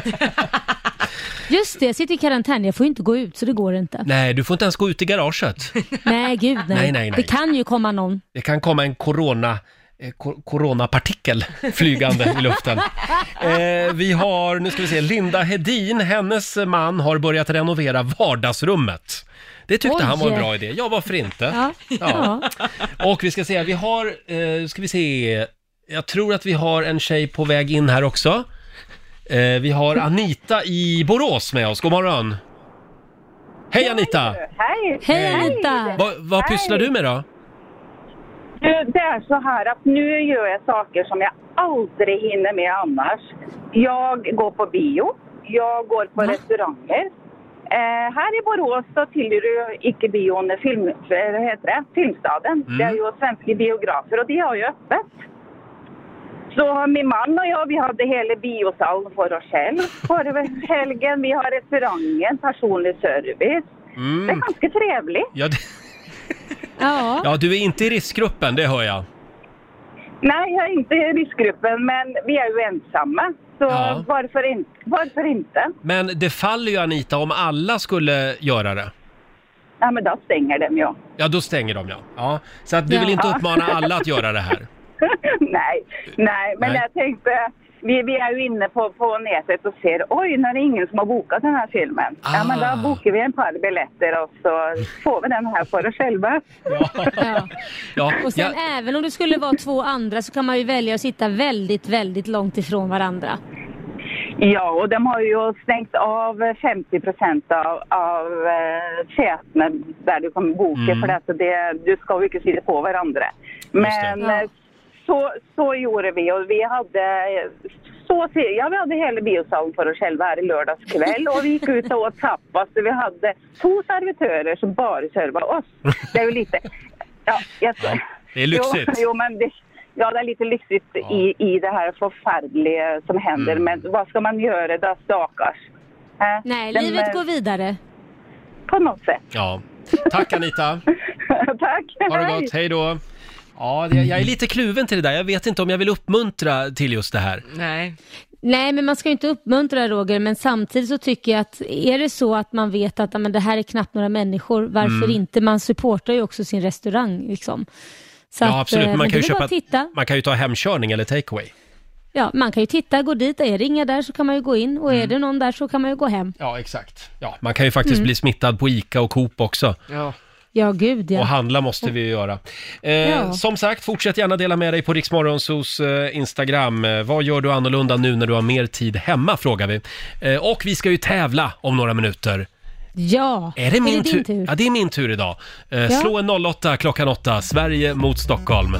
Just det, jag sitter i karantän. Jag får inte gå ut, så det går inte. Nej, du får inte ens gå ut i garaget. Nej, gud nej. Nej. Det kan ju komma någon. Det kan komma en corona coronapartikel flygande i luften. Vi har, nu ska vi se, Linda Hedin, hennes man har börjat renovera vardagsrummet. Det tyckte han var en bra idé. Ja, varför inte? Ja. Och vi ska se, vi har, ska vi se, jag tror att vi har en tjej på väg in här också. Vi har Anita i Borås med oss. God morgon. Hej Anita! Hej Anita! Vad pysslar du med då? Det är så här att nu gör jag saker som jag aldrig hinner med annars. Jag går på bio, jag går på restauranger. Här i Borås så tillhör du icke-bion Filmstaden. Det är ju svenska biografer och de har ju öppet. Så min man och jag, vi hade hela biosalen för oss själv förra helgen. Vi har restaurangen, personlig service. Det är ganska trevligt. Ja, du är inte i riskgruppen, det hör jag. Nej, jag är inte i riskgruppen, men vi är ju ensamma. Så varför inte? Men det faller ju, Anita, om alla skulle göra det. Ja, men då stänger de ju. Ja, då stänger de, ja. Så att du vill inte uppmana alla att göra det här? Nej, men jag tänkte, vi är ju inne på nätet och ser, oj, när det är ingen som har bokat den här filmen. Ja, men då bokar vi en par biljetter och så får vi den här för oss själva. Ja. Och sen även om det skulle vara 2 andra så kan man ju välja att sitta väldigt, väldigt långt ifrån varandra. Ja, och de har ju stängt av 50% av sätena där du kommer boka för att du ska ju inte sitta på varandra. Men så gjorde vi och vi hade hela biosalen för oss själva här i lördagskväll och vi gick ut och åt tapas och vi hade 2 servitörer som bara servade oss. Det är ju lite... det är lyxigt. Jo, men det är lite lyxigt i det här förfärliga som händer. Men vad ska man göra då, stackars? Nej, livet går vidare. På något sätt. Ja. Tack Anita. Tack. Ha det gott, hej då. Ja, jag är lite kluven till det där. Jag vet inte om jag vill uppmuntra till just det här. Nej, men man ska ju inte uppmuntra, Roger, men samtidigt så tycker jag att är det så att man vet att men det här är knappt några människor, varför inte? Man supportar ju också sin restaurang liksom. Så ja, absolut. Man kan ju man kan ju ta hemkörning eller takeaway. Ja, man kan ju titta, gå dit, är det inga där så kan man ju gå in och är det någon där så kan man ju gå hem. Ja, exakt. Ja, man kan ju faktiskt bli smittad på Ica och Coop också. Ja, gud ja. Och handla måste vi ju göra. Som sagt, fortsätt gärna dela med dig på Riksmorgonsos Instagram. Vad gör du annorlunda nu när du har mer tid hemma, frågar vi. Och vi ska ju tävla om några minuter. Ja, är det min din tur? Ja, det är min tur idag. Slå en 08 klockan 8, Sverige mot Stockholm.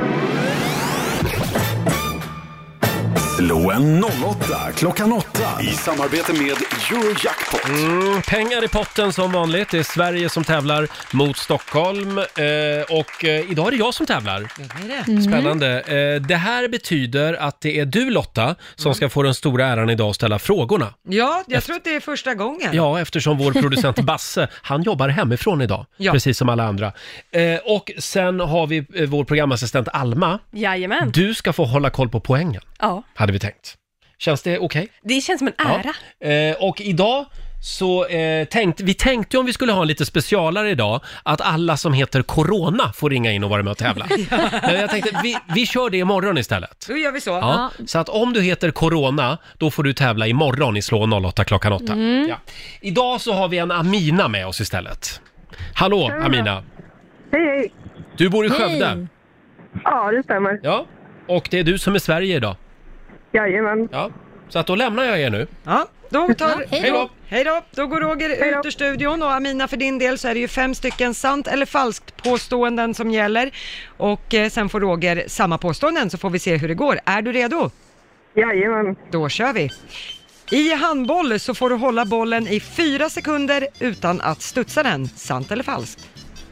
Slå en 08 klockan 8 i samarbete med Eurojackpot. Pengar i potten som vanligt. Det är Sverige som tävlar mot Stockholm. Och idag är det jag som tävlar. Spännande. Det här betyder att det är du, Lotta, som ska få den stora äran idag att ställa frågorna. Ja, jag tror att det är första gången. Ja, eftersom vår producent Basse, han jobbar hemifrån idag. Precis som alla andra. Och sen har vi vår programassistent Alma. Jajamän. Du ska få hålla koll på poängen. Ja. Hade vi tänkt. Känns det okej? Det känns som en ära. Och idag så tänkte om vi skulle ha en lite specialare idag, att alla som heter Corona får ringa in och vara med och tävla. Men jag tänkte, vi kör det imorgon istället. Då gör vi så. Ja. Så att om du heter Corona, då får du tävla imorgon i Slå 08 klockan 8. Ja. Idag så har vi en Amina med oss istället. Hallå, Amina. Hej. Du bor i Skövde. Ja, det stämmer. Ja, och det är du som är Sverige idag. Jajamän. Ja, så att då lämnar jag er nu. Ja, då tar... Hej då. Hej då. Då går Roger ut ur studion och Amina, för din del så är det ju 5 stycken sant eller falskt påståenden som gäller. Och sen får Roger samma påståenden så får vi se hur det går. Är du redo? Jajamän. Då kör vi. I handboll så får du hålla bollen i 4 sekunder utan att studsa den. Sant eller falskt?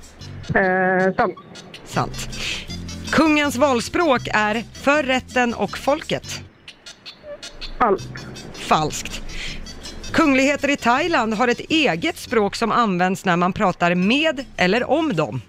Sant. Sant. Kungens valspråk är för rätten och folket. Falskt. Falskt. Kungligheter i Thailand har ett eget språk som används när man pratar med eller om dem.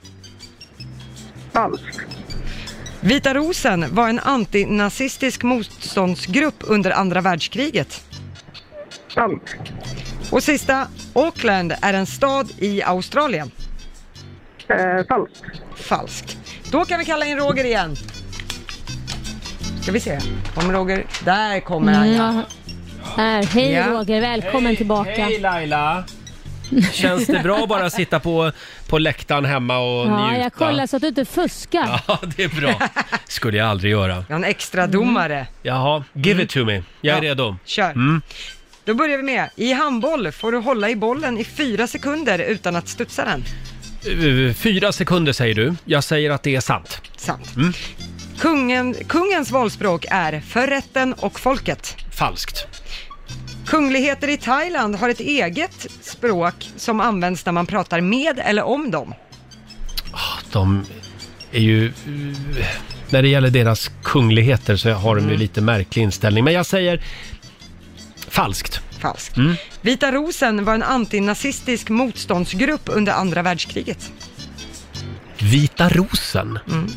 Falskt. Vita Rosen var en antinazistisk motståndsgrupp under andra världskriget. Falskt. Och sista, Auckland är en stad i Australien. Falskt. Falskt. Då kan vi kalla in Roger igen. Ska vi se. Om Roger... Där kommer han. Ja. Hej Roger, välkommen tillbaka. Hej Laila. Känns det bra bara att sitta på läktaren hemma och njuta? Ja, jag kollar så att du inte fuskar. Ja, det är bra. Skulle jag aldrig göra. Jag har en extra domare. Jaha, give it to me. Jag är redo. Kör. Då börjar vi med. I handboll får du hålla i bollen i 4 sekunder utan att studsa den. 4 sekunder säger du. Jag säger att det är sant. Sant. Kungens valspråk är för rätten och folket. Falskt. Kungligheter i Thailand har ett eget språk som används när man pratar med eller om dem. De är ju... När det gäller deras kungligheter så har de ju lite märklig inställning. Men jag säger falskt. Falskt. Vita Rosen var en antinazistisk motståndsgrupp under andra världskriget. Vita Rosen?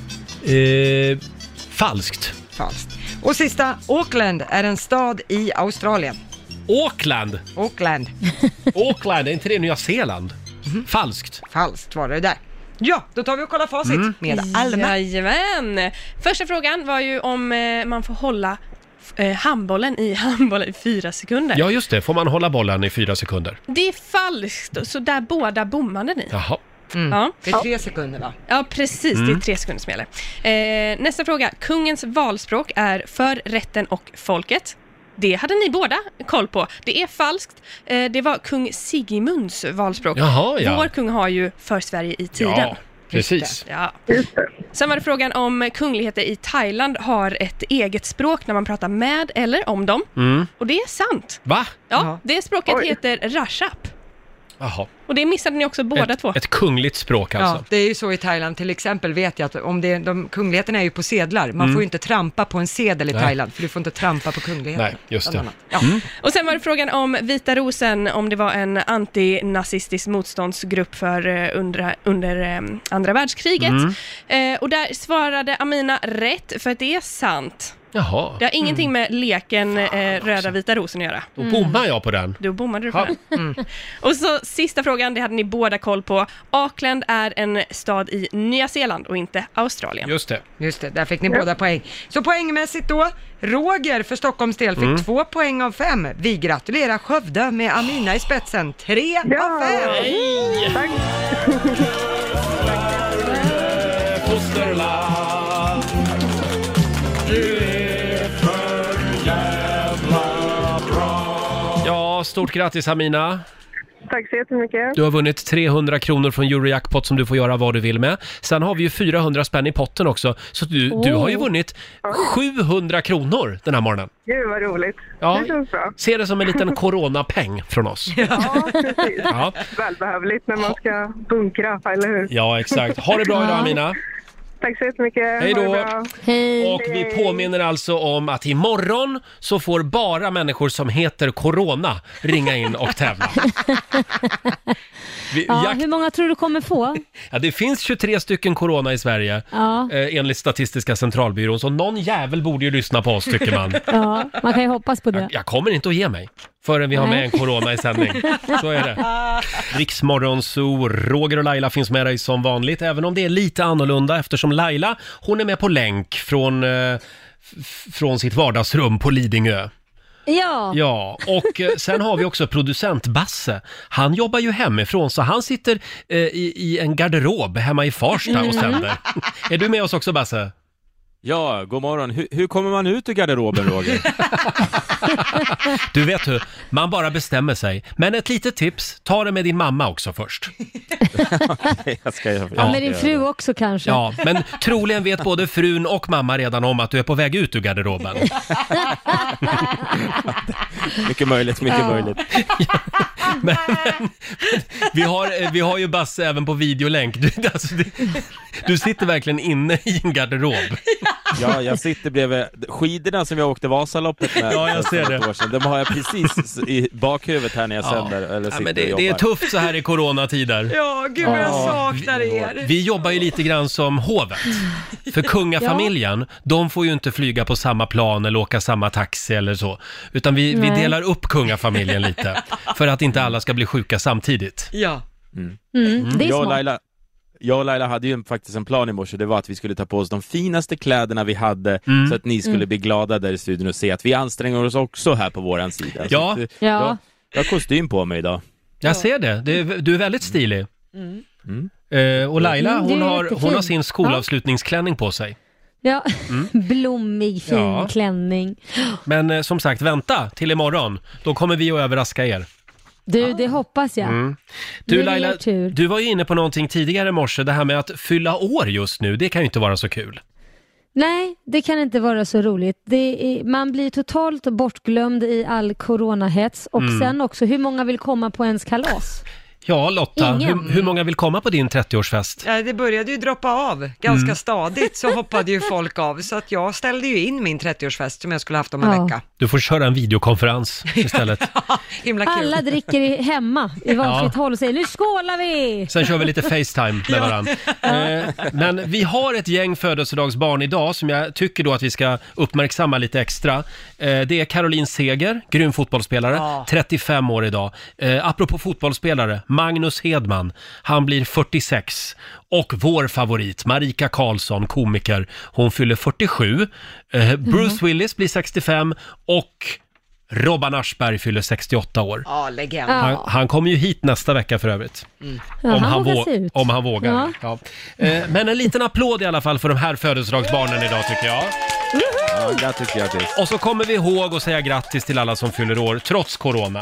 Falskt. Falskt. Och sista, Auckland är en stad i Australien. Auckland? Auckland, är inte det Nya Zeeland? Falskt. Falskt var det där. Ja, då tar vi och kollar facit med Alma. Jajamän. Första frågan var ju om man får hålla handbollen i 4 sekunder. Ja, just det. Får man hålla bollen i 4 sekunder? Det är falskt, så där båda bommade ni. Jaha. Ja. Det är 3 sekunder va? Ja, precis. Det är 3 sekunder som gäller. Nästa fråga. Kungens valspråk är för rätten och folket. Det hade ni båda koll på. Det är falskt. Det var kung Sigimunds valspråk. Jaha, ja. Vår kung har ju för Sverige i tiden. Ja, precis. Ja. Sen var det frågan om kungligheter i Thailand har ett eget språk när man pratar med eller om dem. Och det är sant. Va? Ja, det språket heter Rashap. Jaha. Och det missade ni också båda två. Ett kungligt språk alltså. Ja, det är ju så i Thailand till exempel, vet jag att om de kungligheterna är ju på sedlar. Man får ju inte trampa på en sedel i Thailand, för du får inte trampa på kungligheten. Nej, just det. Ja. Och sen var det frågan om Vita Rosen, om det var en antinazistisk motståndsgrupp för under andra världskriget. Och där svarade Amina rätt, för att det är sant. Jaha. Det har ingenting med leken Röda Vita Rosen att göra. Då bommar jag på den. Då bommade du på den. Och så sista frågan, det hade ni båda koll på. Auckland är en stad i Nya Zeeland och inte Australien. Just det, där fick ni båda poäng. Så poängmässigt då, Roger för Stockholms del fick 2 poäng av 5. Vi gratulerar Skövde med Amina i spetsen. 3 av 5. Tack. Ja, stort grattis Amina. Tack så jättemycket. Du har vunnit 300 kronor från Eurojackpot som du får göra vad du vill med. Sen har vi ju 400 spänn i potten också. Så du har ju vunnit 700 kronor den här morgonen. Gud vad roligt. Ja, det känns bra. Se det som en liten coronapeng från oss. Ja, precis. Ja. Välbehövligt när man ska bunkra, eller hur? Ja, exakt. Ha det bra idag Amina. Tack så jättemycket. Hej då. Hej. Och vi påminner alltså om att imorgon så får bara människor som heter Corona ringa in och tävla. Hur många tror du kommer få? Ja, det finns 23 stycken Corona i Sverige enligt Statistiska centralbyrån. Så någon jävel borde ju lyssna på oss, tycker man. Ja, man kan ju hoppas på det. Jag kommer inte att ge mig förrän vi har med en Corona i sändning. Så är det. Riksmorgonzoo, Roger och Laila finns med dig som vanligt, även om det är lite annorlunda eftersom Laila, hon är med på länk från sitt vardagsrum på Lidingö. Ja, och sen har vi också producent Basse. Han jobbar ju hemifrån, så han sitter i en garderob hemma i Farsta och sänder. Är du med oss också, Basse? Ja, god morgon. Hur kommer man ut ur garderoben, Roger? Du vet hur, man bara bestämmer sig. Men ett litet tips, ta det med din mamma också först. Jag ska göra. Ja, med din fru också kanske. Ja, men troligen vet både frun och mamma redan om att du är på väg ut ur garderoben. Mycket möjligt. Men vi har ju Basse även på videolänk. Du sitter verkligen inne i en garderob. Ja, jag sitter bredvid skidorna som jag åkte Vasaloppet med. Ja, jag ser det. De har jag precis i bakhuvudet här när jag sänder. Eller men det är tufft så här i coronatider. Ja, gud jag saknar er. Vi jobbar ju lite grann som hovet. För kungafamiljen, de får ju inte flyga på samma plan eller åka samma taxi eller så. Utan vi delar upp kungafamiljen lite. För att inte alla ska bli sjuka samtidigt. Ja. Det är jag och Laila, Jag och Laila hade ju faktiskt en plan i morse. Det var att vi skulle ta på oss de finaste kläderna vi hade så att ni skulle bli glada där i studion och se att vi anstränger oss också här på våran sida. Ja. Jag har kostym på mig idag. Jag ser det. Du är väldigt stilig. Och Laila, hon har sin skolavslutningsklänning på sig. Ja, blommig, fin klänning. Men som sagt, vänta till imorgon. Då kommer vi att överraska er. Du, det hoppas jag. Du Laila, du var ju inne på någonting tidigare i morse. Det här med att fylla år just nu, det kan ju inte vara så kul. Nej, det kan inte vara så roligt. Man blir totalt bortglömd i all coronahets. Och sen också, hur många vill komma på ens kalas? Ja, Lotta, hur många vill komma på din 30-årsfest? Det började ju droppa av ganska stadigt, så hoppade ju folk av. Så att jag ställde ju in min 30-årsfest som jag skulle haft om en vecka. Du får köra en videokonferens istället. Himla kul. Alla dricker hemma i varsitt håll och säger, nu skålar vi! Sen kör vi lite FaceTime med varandra. Men vi har ett gäng födelsedagsbarn idag som jag tycker då att vi ska uppmärksamma lite extra. Det är Caroline Seger, grym fotbollsspelare, 35 år idag. Apropå fotbollsspelare, Magnus Hedman, han blir 46. Och vår favorit, Marika Karlsson, komiker, hon fyller 47. Bruce Willis blir 65 och Robban Aschberg fyller 68 år. Ja, legend. Han kommer ju hit nästa vecka för övrigt. Om han vågar. Ja. Men en liten applåd i alla fall för de här födelsedagsbarnen idag tycker jag. Ja, grattis. Och så kommer vi ihåg att säga grattis till alla som fyller år, trots corona.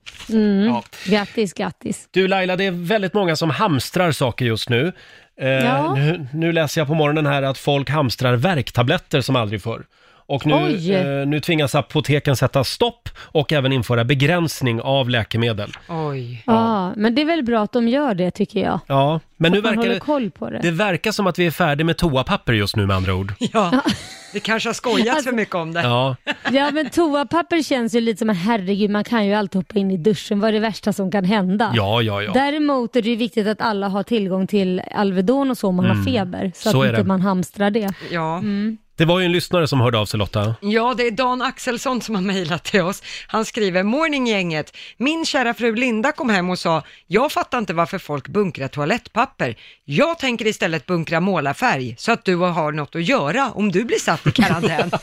Grattis. Du Laila, det är väldigt många som hamstrar saker just nu. Nu läser jag på morgonen här att folk hamstrar värktabletter som aldrig förr. Och nu tvingas apoteken sätta stopp och även införa begränsning av läkemedel. Ja, men det är väl bra att de gör det tycker jag. Ja, men nu verkar koll på det. Det verkar som att vi är färdiga med toapapper just nu med andra ord. Ja, det kanske har skojats för mycket om det. Ja, men toapapper känns ju lite som en herregud, man kan ju alltid hoppa in i duschen. Vad är det värsta som kan hända? Ja. Däremot är det ju viktigt att alla har tillgång till Alvedon och så om man har feber. Så att inte man hamstrar det. Ja. Det var ju en lyssnare som hörde av sig, Lotta. Ja, det är Dan Axelsson som har mejlat till oss. Han skriver, morninggänget. Min kära fru Linda kom hem och sa, jag fattar inte varför folk bunkrar toalettpapper. Jag tänker istället bunkra målarfärg så att du har något att göra om du blir satt i karantän.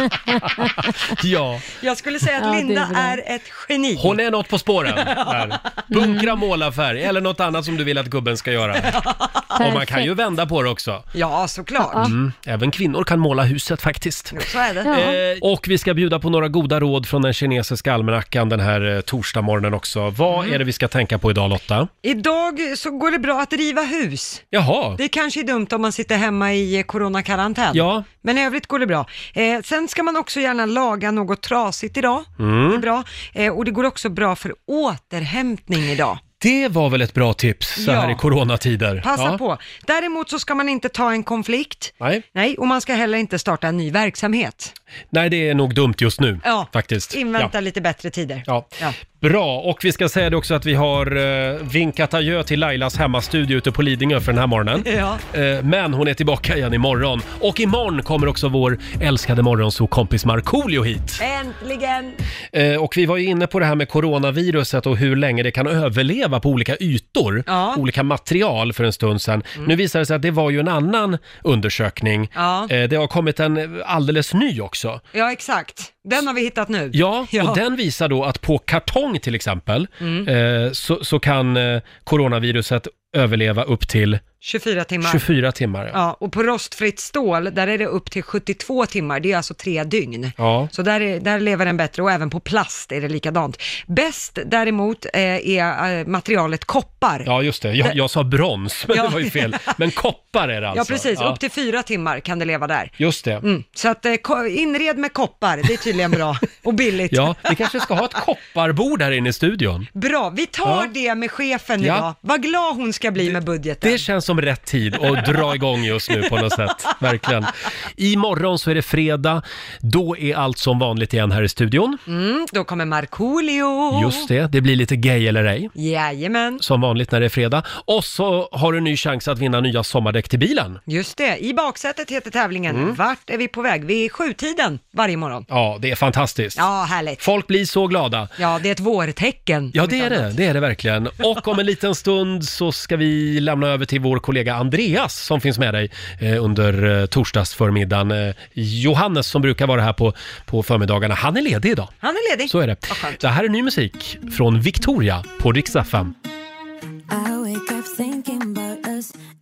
Ja. Jag skulle säga att Linda är ett geni. Hon är något på spåren. Där. Bunkra målarfärg eller något annat som du vill att gubben ska göra. Och man kan ju vända på det också. Ja, såklart. Även kvinnor kan måla huset faktiskt. Så är det. Och vi ska bjuda på några goda råd från den kinesiska almanackan den här torsdagsmorgonen också. Vad är det vi ska tänka på idag, Lotta? Idag så går det bra att riva hus. Jaha. Det är kanske dumt om man sitter hemma i coronakarantän. Ja. Men i övrigt går det bra. Sen ska man också gärna laga något trasigt idag. Det är bra. Och det går också bra för återhämtning idag. Det var väl ett bra tips så här i coronatider. Passa på. Däremot så ska man inte ta en konflikt. Nej. Och man ska heller inte starta en ny verksamhet. Nej, det är nog dumt just nu faktiskt. Invänta lite bättre tider. Ja. Bra, och vi ska säga det också att vi har vinkat adjö till Lailas hemmastudio ute på Lidingö för den här morgonen. Men hon är tillbaka igen imorgon. Och imorgon kommer också vår älskade morgonsåkompis Markoolio hit. Äntligen! Och vi var ju inne på det här med coronaviruset och hur länge det kan överleva på olika ytor, olika material för en stund sedan. Nu visar det sig att det var ju en annan undersökning. Det har kommit en alldeles ny också. Ja, exakt. Den har vi hittat nu. Ja, och den visar då att på kartong till exempel så kan coronaviruset överleva upp till 24 timmar. 24 timmar. Ja, och på rostfritt stål, där är det upp till 72 timmar. Det är alltså 3 dygn. Ja. Så där lever den bättre, och även på plast är det likadant. Bäst däremot är materialet koppar. Ja, just det. Jag sa brons, men det var ju fel. Men koppar är det alltså. Ja, precis. Upp till 4 timmar kan det leva där. Just det. Så att inred med koppar, det är tydligen bra och billigt. Ja, vi kanske ska ha ett kopparbord här inne i studion. Bra, vi tar det med chefen idag. Vad glad hon ska bli med budgeten. Det känns som rätt tid att dra igång just nu på något sätt. Verkligen. Imorgon så är det fredag. Då är allt som vanligt igen här i studion. Då kommer Markoolio. Just det, det blir lite gay eller ej. Jajamän. Som vanligt när det är fredag. Och så har du en ny chans att vinna nya sommardäck till bilen. Just det, i baksätet heter tävlingen. Vart är vi på väg? Vi är 7-tiden varje morgon. Ja, det är fantastiskt. Ja, härligt. Folk blir så glada. Ja, det är ett vårtecken. Ja, det är det verkligen. Och om en liten stund så ska vi lämna över till vår kollega Andreas som finns med dig under torsdagsförmiddagen. Johannes som brukar vara här på förmiddagarna, han är ledig idag. Han är ledig. Så är det. Det här är ny musik från Victoria på Rix FM.